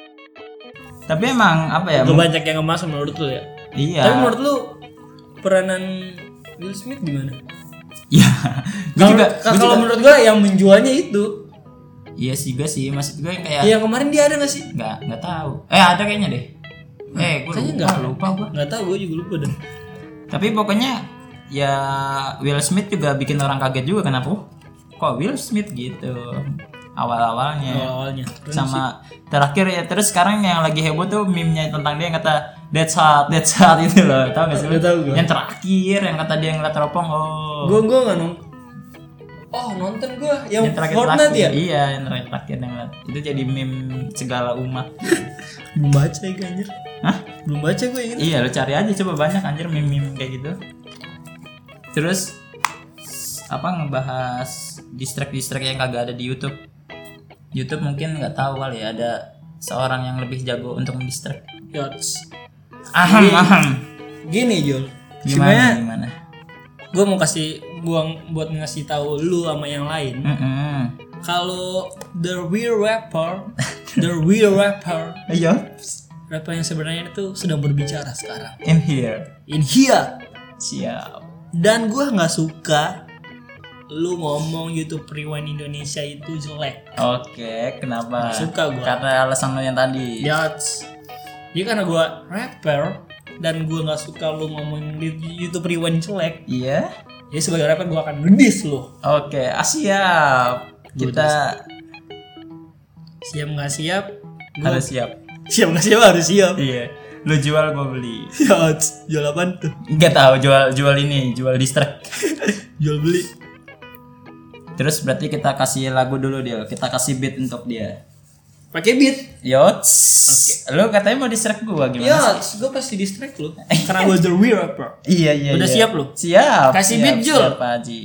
[SPEAKER 1] Tapi emang apa ya?
[SPEAKER 2] Gak banyak yang ngemas menurut lu ya.
[SPEAKER 1] Iya.
[SPEAKER 2] Tapi menurut lu peranan Will Smith gimana?
[SPEAKER 1] Iya. Gue
[SPEAKER 2] Kalau
[SPEAKER 1] juga.
[SPEAKER 2] kalau
[SPEAKER 1] gua juga-
[SPEAKER 2] menurut gua yang menjualnya itu.
[SPEAKER 1] Iya sih gue sih, maksud gue yang kayak
[SPEAKER 2] Yang kemarin dia ada gak sih?
[SPEAKER 1] nggak nggak tahu. Eh ada kayaknya deh. Eh gue
[SPEAKER 2] Kayaknya
[SPEAKER 1] lupa,
[SPEAKER 2] nggak.
[SPEAKER 1] lupa gue.
[SPEAKER 2] Nggak tahu, gue juga lupa dah.
[SPEAKER 1] Tapi pokoknya ya Will Smith juga bikin orang kaget juga kenapa? Oh, kok Will Smith gitu awal-awalnya.
[SPEAKER 2] Awalnya.
[SPEAKER 1] Sama terakhir ya, terus sekarang yang lagi heboh tuh meme-nya tentang dia yang kata that's hot, that's hot itu loh, tau gak sih? lu?
[SPEAKER 2] Nggak tahu gua.
[SPEAKER 1] Yang terakhir yang kata dia ngeliat teropong, oh.
[SPEAKER 2] Gue gue nggak nonton. Oh nonton gue yang,
[SPEAKER 1] yang terakhir
[SPEAKER 2] Fortnite
[SPEAKER 1] terakhir
[SPEAKER 2] ya?
[SPEAKER 1] iya yang terakhir terakhir yang ngeliat itu jadi meme segala umat.
[SPEAKER 2] Belum baca ya anjir.
[SPEAKER 1] Hah?
[SPEAKER 2] Belum baca gue ini.
[SPEAKER 1] Iya lo cari aja coba banyak anjir meme-meme kayak gitu. Terus apa ngebahas distract-distract yang kagak ada di YouTube. YouTube mungkin nggak tahu kali ya ada seorang yang lebih jago untuk mendistract.
[SPEAKER 2] Yots.
[SPEAKER 1] Aham
[SPEAKER 2] Gini-
[SPEAKER 1] aham.
[SPEAKER 2] Gini Jol.
[SPEAKER 1] Gimana
[SPEAKER 2] Sebenarnya
[SPEAKER 1] gimana?
[SPEAKER 2] gue mau kasih buang buat ngasih tahu lu sama yang lain.
[SPEAKER 1] Mm-mm.
[SPEAKER 2] Kalau the real rapper, the real rapper,
[SPEAKER 1] Ayo,
[SPEAKER 2] rapper yang sebenarnya itu sedang berbicara sekarang.
[SPEAKER 1] I'm here.
[SPEAKER 2] In here.
[SPEAKER 1] Siap.
[SPEAKER 2] Dan gue nggak suka lu ngomong YouTube Rewind Indonesia itu jelek.
[SPEAKER 1] Oke, kenapa?
[SPEAKER 2] Suka gua.
[SPEAKER 1] Karena alasan lo yang tadi.
[SPEAKER 2] Yots. Jadi karena gue rapper dan gue nggak suka lu ngomongin di YouTube Rewind jelek,
[SPEAKER 1] Iya.
[SPEAKER 2] jadi sebagai rapper gue akan ngedis lu.
[SPEAKER 1] Oke, ah, siap. Kita
[SPEAKER 2] Siap nggak siap? Gua-
[SPEAKER 1] harus siap.
[SPEAKER 2] Siap nggak siap harus siap.
[SPEAKER 1] Iya. Lu jual gua beli.
[SPEAKER 2] Ya, jual apaan tuh?
[SPEAKER 1] Enggak tahu jual jual ini, jual distract.
[SPEAKER 2] Jual beli.
[SPEAKER 1] Terus berarti kita kasih lagu dulu dia. Kita kasih beat untuk dia.
[SPEAKER 2] Pakai beat.
[SPEAKER 1] Yots. Lu katanya mau distract gua gimana
[SPEAKER 2] Ya,
[SPEAKER 1] sih?
[SPEAKER 2] gue pasti distract lu. Karena gue the real rapper.
[SPEAKER 1] Iya iya.
[SPEAKER 2] Udah
[SPEAKER 1] iya.
[SPEAKER 2] siap lu?
[SPEAKER 1] Siap.
[SPEAKER 2] Kasih
[SPEAKER 1] siap,
[SPEAKER 2] beat, Jul.
[SPEAKER 1] Siap, Pak Haji.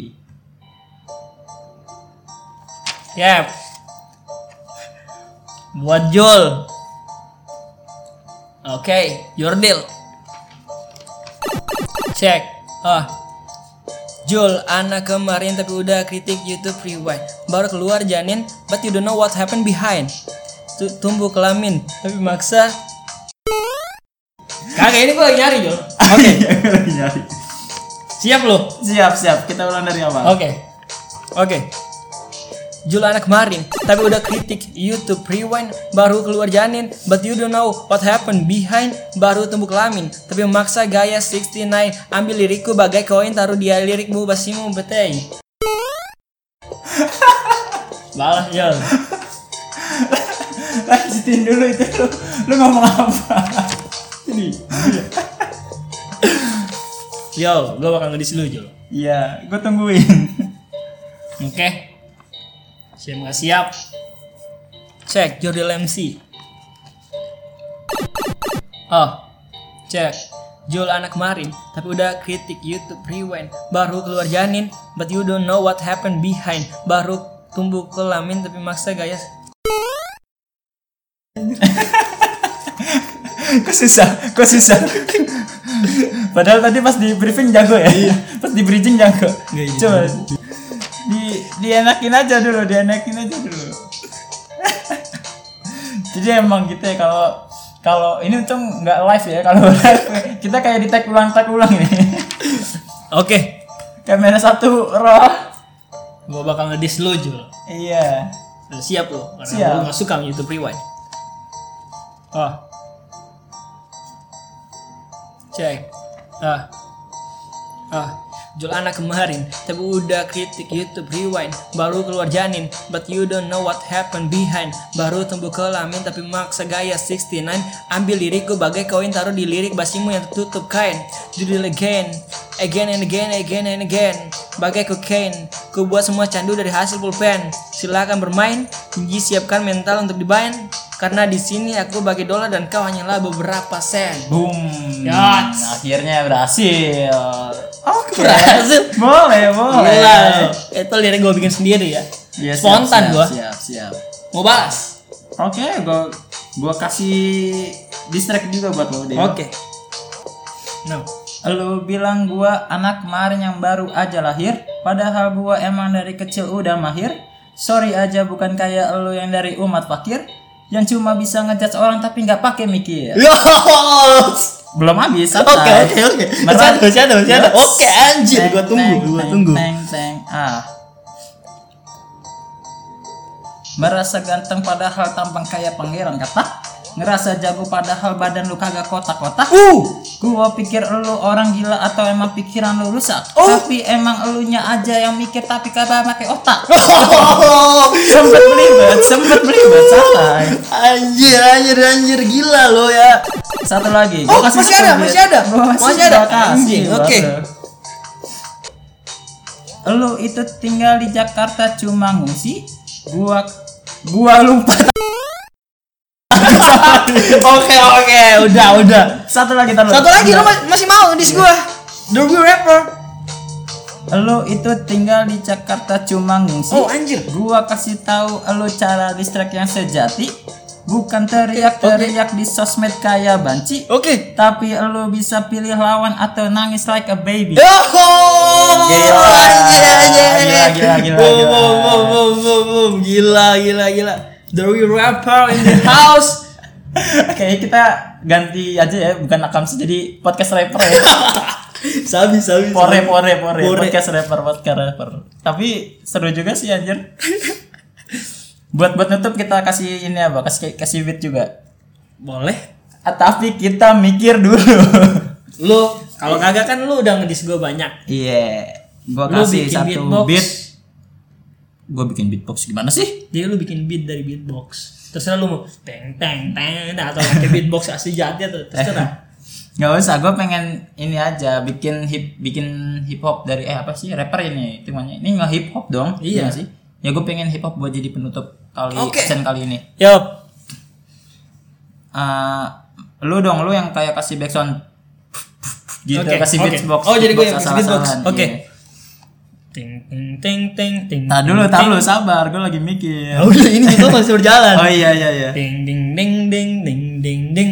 [SPEAKER 2] Yap. Buat Jul. Oke, your deal. Cek. Ah. Jul, anak kemarin tapi udah kritik YouTube Rewind. Baru keluar janin, but you don't know what happened behind. Tu- Tumbuh kelamin, tapi maksa. Kagak, ini gue lagi nyari, Jul.
[SPEAKER 1] Oke. Lagi nyari.
[SPEAKER 2] Siap lo?
[SPEAKER 1] Siap siap. Kita ulang dari awal.
[SPEAKER 2] Oke. Oke. Jul anak kemarin, tapi udah kritik YouTube Rewind, baru keluar janin, but you don't know what happened behind, baru tumbuh kelamin, tapi memaksa gaya enam puluh sembilan, ambil lirikku bagai koin, taruh dia lirikmu, basimu betei. Balas Jul.
[SPEAKER 1] Lanjutin dulu itu lu. Lu ngomong apa? Ini.
[SPEAKER 2] Yo, gue bakal ngedis lu Jul.
[SPEAKER 1] Iya, gua tungguin.
[SPEAKER 2] Oke. Siap nggak siap? Cek Jordil M C. Oh, cek. Jul anak kemarin, tapi udah kritik YouTube Rewind, baru keluar janin, but you don't know what happened behind, baru tumbuh kelamin tapi maksa gaya.
[SPEAKER 1] Kok susah? Kok susah? Padahal tadi pas di briefing jago ya. Pas di bridging jago. Coba di dienakin aja dulu, dienakin aja dulu. Jadi emang gitu ya, kalau kalau ini untung nggak live ya, kalau live kita kayak di tag ulang tag ulang ini.
[SPEAKER 2] Oke,
[SPEAKER 1] Kamera satu roll.
[SPEAKER 2] gua bakal ngedis lu Jul.
[SPEAKER 1] Iya.
[SPEAKER 2] Udah siap lu? Karena
[SPEAKER 1] Siap.
[SPEAKER 2] gua nggak suka YouTube Rewind. Oh, cek. Ah, ah. Jul anak kemarin, tapi udah kritik YouTube Rewind, baru keluar janin, but you don't know what happened behind, baru tumbuh kelamin tapi maksa gaya enam puluh sembilan, ambil lirikku bagai koin, taruh di lirik basimu yang tertutup kain, judul again, again and again, again and again, bagai cocaine, ku buat semua candu dari hasil pulpen, silakan bermain, tinggi siapkan mental untuk dibain, karena di sini aku bagi dolar dan kau hanyalah beberapa sen.
[SPEAKER 1] Boom.
[SPEAKER 2] Yes.
[SPEAKER 1] Akhirnya berhasil. Oke.
[SPEAKER 2] Berhasil.
[SPEAKER 1] Boleh, boleh.
[SPEAKER 2] Gila, itu lirik gue bikin sendiri ya.
[SPEAKER 1] Ya, siap,
[SPEAKER 2] Spontan
[SPEAKER 1] siap,
[SPEAKER 2] gue.
[SPEAKER 1] Siap, siap.
[SPEAKER 2] Mau balas?
[SPEAKER 1] Oke, gua gua kasih distract juga buat lo deh.
[SPEAKER 2] Oke. No.
[SPEAKER 1] Lu bilang gua anak kemarin yang baru aja lahir, padahal gua emang dari kecil udah mahir. Sorry aja bukan kayak lu yang dari umat fakir, yang cuma bisa ngejudge orang tapi nggak pakai mikir.
[SPEAKER 2] Yos.
[SPEAKER 1] Belum habis.
[SPEAKER 2] Oke
[SPEAKER 1] santai.
[SPEAKER 2] oke oke.
[SPEAKER 1] Berat.
[SPEAKER 2] Masih ada masih ada.
[SPEAKER 1] Yes.
[SPEAKER 2] Oke anjir,
[SPEAKER 1] Teng,
[SPEAKER 2] gua tunggu,
[SPEAKER 1] teng,
[SPEAKER 2] gua
[SPEAKER 1] teng,
[SPEAKER 2] tunggu.
[SPEAKER 1] Teng, teng. Ah. Merasa ganteng padahal tampang kayak pangeran kata. Ngerasa jago padahal badan lu kagak kotak-kotak.
[SPEAKER 2] Uh.
[SPEAKER 1] Gua pikir lu orang gila atau emang pikiran lu rusak.
[SPEAKER 2] Oh.
[SPEAKER 1] Tapi emang elunya aja yang mikir tapi kagak pakai otak.
[SPEAKER 2] Oh.
[SPEAKER 1] Sempet belibet, sempet belibet, santai.
[SPEAKER 2] Anjir anjir anjir gila lo ya.
[SPEAKER 1] Satu lagi.
[SPEAKER 2] Oh,
[SPEAKER 1] Gua kasih
[SPEAKER 2] masih ada,
[SPEAKER 1] satu
[SPEAKER 2] masih
[SPEAKER 1] bit.
[SPEAKER 2] ada.
[SPEAKER 1] Gua
[SPEAKER 2] Masih ada.
[SPEAKER 1] gua kasih
[SPEAKER 2] Anjing,
[SPEAKER 1] buat
[SPEAKER 2] oke.
[SPEAKER 1] lu. Lu itu tinggal di Jakarta cuma ngungsi. Gua gua lupa.
[SPEAKER 2] Oke oke, udah udah.
[SPEAKER 1] Satu lagi taruh.
[SPEAKER 2] Satu lagi lo ma- masih mau ngedis gua. The real rapper.
[SPEAKER 1] Lu itu tinggal di Jakarta cuma ngungsi.
[SPEAKER 2] Oh, anjir.
[SPEAKER 1] Gua kasih tahu lu cara distract yang sejati. Bukan teriak-teriak di sosmed kayak banci.
[SPEAKER 2] Oke.
[SPEAKER 1] Tapi lu bisa pilih lawan atau nangis like a baby.
[SPEAKER 2] Oh,
[SPEAKER 1] Gila.
[SPEAKER 2] anjir, anjir.
[SPEAKER 1] Gila, gila, gila,
[SPEAKER 2] Boom,
[SPEAKER 1] gila.
[SPEAKER 2] boom, boom, boom, boom, boom. Gila, gila, gila. The real rapper in the house.
[SPEAKER 1] Oke, kita ganti aja ya, bukan Akamsi jadi podcast rapper ya.
[SPEAKER 2] Sabi, sabi.
[SPEAKER 1] Pore, pore, pore,
[SPEAKER 2] Pore.
[SPEAKER 1] podcast rapper, podcast rapper. Tapi seru juga sih anjir. Buat buat nutup kita kasih ini apa? Kasih kasih beat juga.
[SPEAKER 2] Boleh.
[SPEAKER 1] tapi kita mikir dulu.
[SPEAKER 2] Lu kalau kagak kan lu udah ngedis gue banyak.
[SPEAKER 1] Iya, gua
[SPEAKER 2] Lu
[SPEAKER 1] kasih
[SPEAKER 2] bikin
[SPEAKER 1] satu
[SPEAKER 2] beatbox.
[SPEAKER 1] beat. Gua bikin beatbox gimana sih?
[SPEAKER 2] Jadi lu bikin beat dari beatbox. Terserah lu mau teng teng teng atau pakai beatbox asli jati tuh, terserah.
[SPEAKER 1] Nggak usah, gue pengen ini aja bikin hip bikin hip hop dari eh apa sih rapper ini hitungannya ini nggak hip hop dong
[SPEAKER 2] Iya.
[SPEAKER 1] nggak sih ya gue pengen hip hop buat jadi penutup kali
[SPEAKER 2] Oke.
[SPEAKER 1] absen kali ini.
[SPEAKER 2] Yup.
[SPEAKER 1] Uh, lu dong lu yang kayak kasih backsound gitu
[SPEAKER 2] Oke,
[SPEAKER 1] kasih
[SPEAKER 2] oke.
[SPEAKER 1] beatbox.
[SPEAKER 2] Oh, jadi gue yang
[SPEAKER 1] beatbox
[SPEAKER 2] kasih beatbox.
[SPEAKER 1] asal-asalan,
[SPEAKER 2] Oke.
[SPEAKER 1] iya.
[SPEAKER 2] Ting ting ting ting ting.
[SPEAKER 1] Nah dulu
[SPEAKER 2] ting,
[SPEAKER 1] tar
[SPEAKER 2] ting.
[SPEAKER 1] lu sabar gue lagi mikir.
[SPEAKER 2] Ya udah ini itu masih berjalan.
[SPEAKER 1] Oh iya iya iya.
[SPEAKER 2] Ding ding ding ding ding ding ding.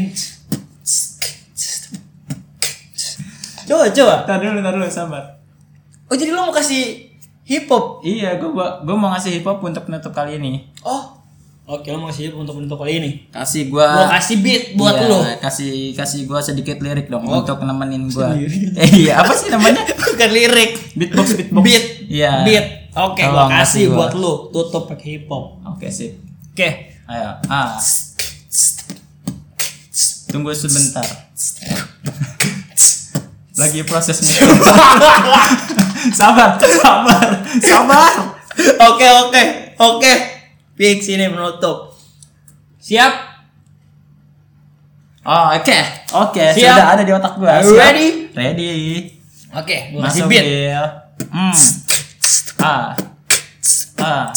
[SPEAKER 2] Coba coba.
[SPEAKER 1] Tar dulu tar dulu sabar.
[SPEAKER 2] Oh jadi lu mau kasih hip hop?
[SPEAKER 1] Iya gue gue mau ngasih hip hop untuk penutup kali ini.
[SPEAKER 2] Oh. Oke lu mau kasih hip hop untuk untuk kali ini.
[SPEAKER 1] Kasih gue.
[SPEAKER 2] Gua kasih beat buat
[SPEAKER 1] Iya,
[SPEAKER 2] lu.
[SPEAKER 1] kasih kasih gue sedikit lirik dong
[SPEAKER 2] Oh.
[SPEAKER 1] untuk nemenin gue. Eh, iya apa sih namanya?
[SPEAKER 2] Bukan lirik.
[SPEAKER 1] Beatbox beatbox.
[SPEAKER 2] Beat.
[SPEAKER 1] Iya.
[SPEAKER 2] Beat. Oke
[SPEAKER 1] Tolong
[SPEAKER 2] gua kasih
[SPEAKER 1] kasih gua.
[SPEAKER 2] buat lu tutup pakai hip hop.
[SPEAKER 1] Oke sip.
[SPEAKER 2] Oke.
[SPEAKER 1] Ayo. Ah. Tunggu sebentar. Lagi proses mikir. Sabar, sabar, sabar.
[SPEAKER 2] Oke oke oke. Fix ini penutup. Siap?
[SPEAKER 1] Oh, oke. Oke,
[SPEAKER 2] Siap.
[SPEAKER 1] sudah ada di otak gua.
[SPEAKER 2] Are you
[SPEAKER 1] Siap.
[SPEAKER 2] ready?
[SPEAKER 1] Ready.
[SPEAKER 2] Oke, gua kasih
[SPEAKER 1] Masuk
[SPEAKER 2] beat.
[SPEAKER 1] Bill. Hmm. Ah. Ah.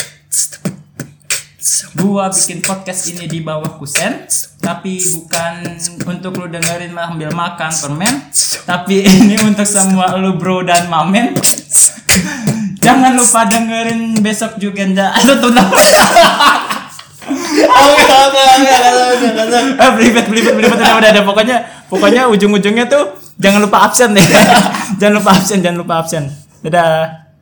[SPEAKER 1] Gua bikin podcast ini di bawah kusen, tapi bukan untuk lu dengerin sambil makan permen, tapi ini untuk semua lu bro dan mamen. Jangan lupa dengerin besok juga ndak. Aduh tuh nah.
[SPEAKER 2] Oke oke oke oke oke.
[SPEAKER 1] Eh belibet belibet belibet udah udah ada pokoknya pokoknya ujung-ujungnya tuh jangan lupa absen ya. Jangan lupa absen, jangan lupa absen. Dadah.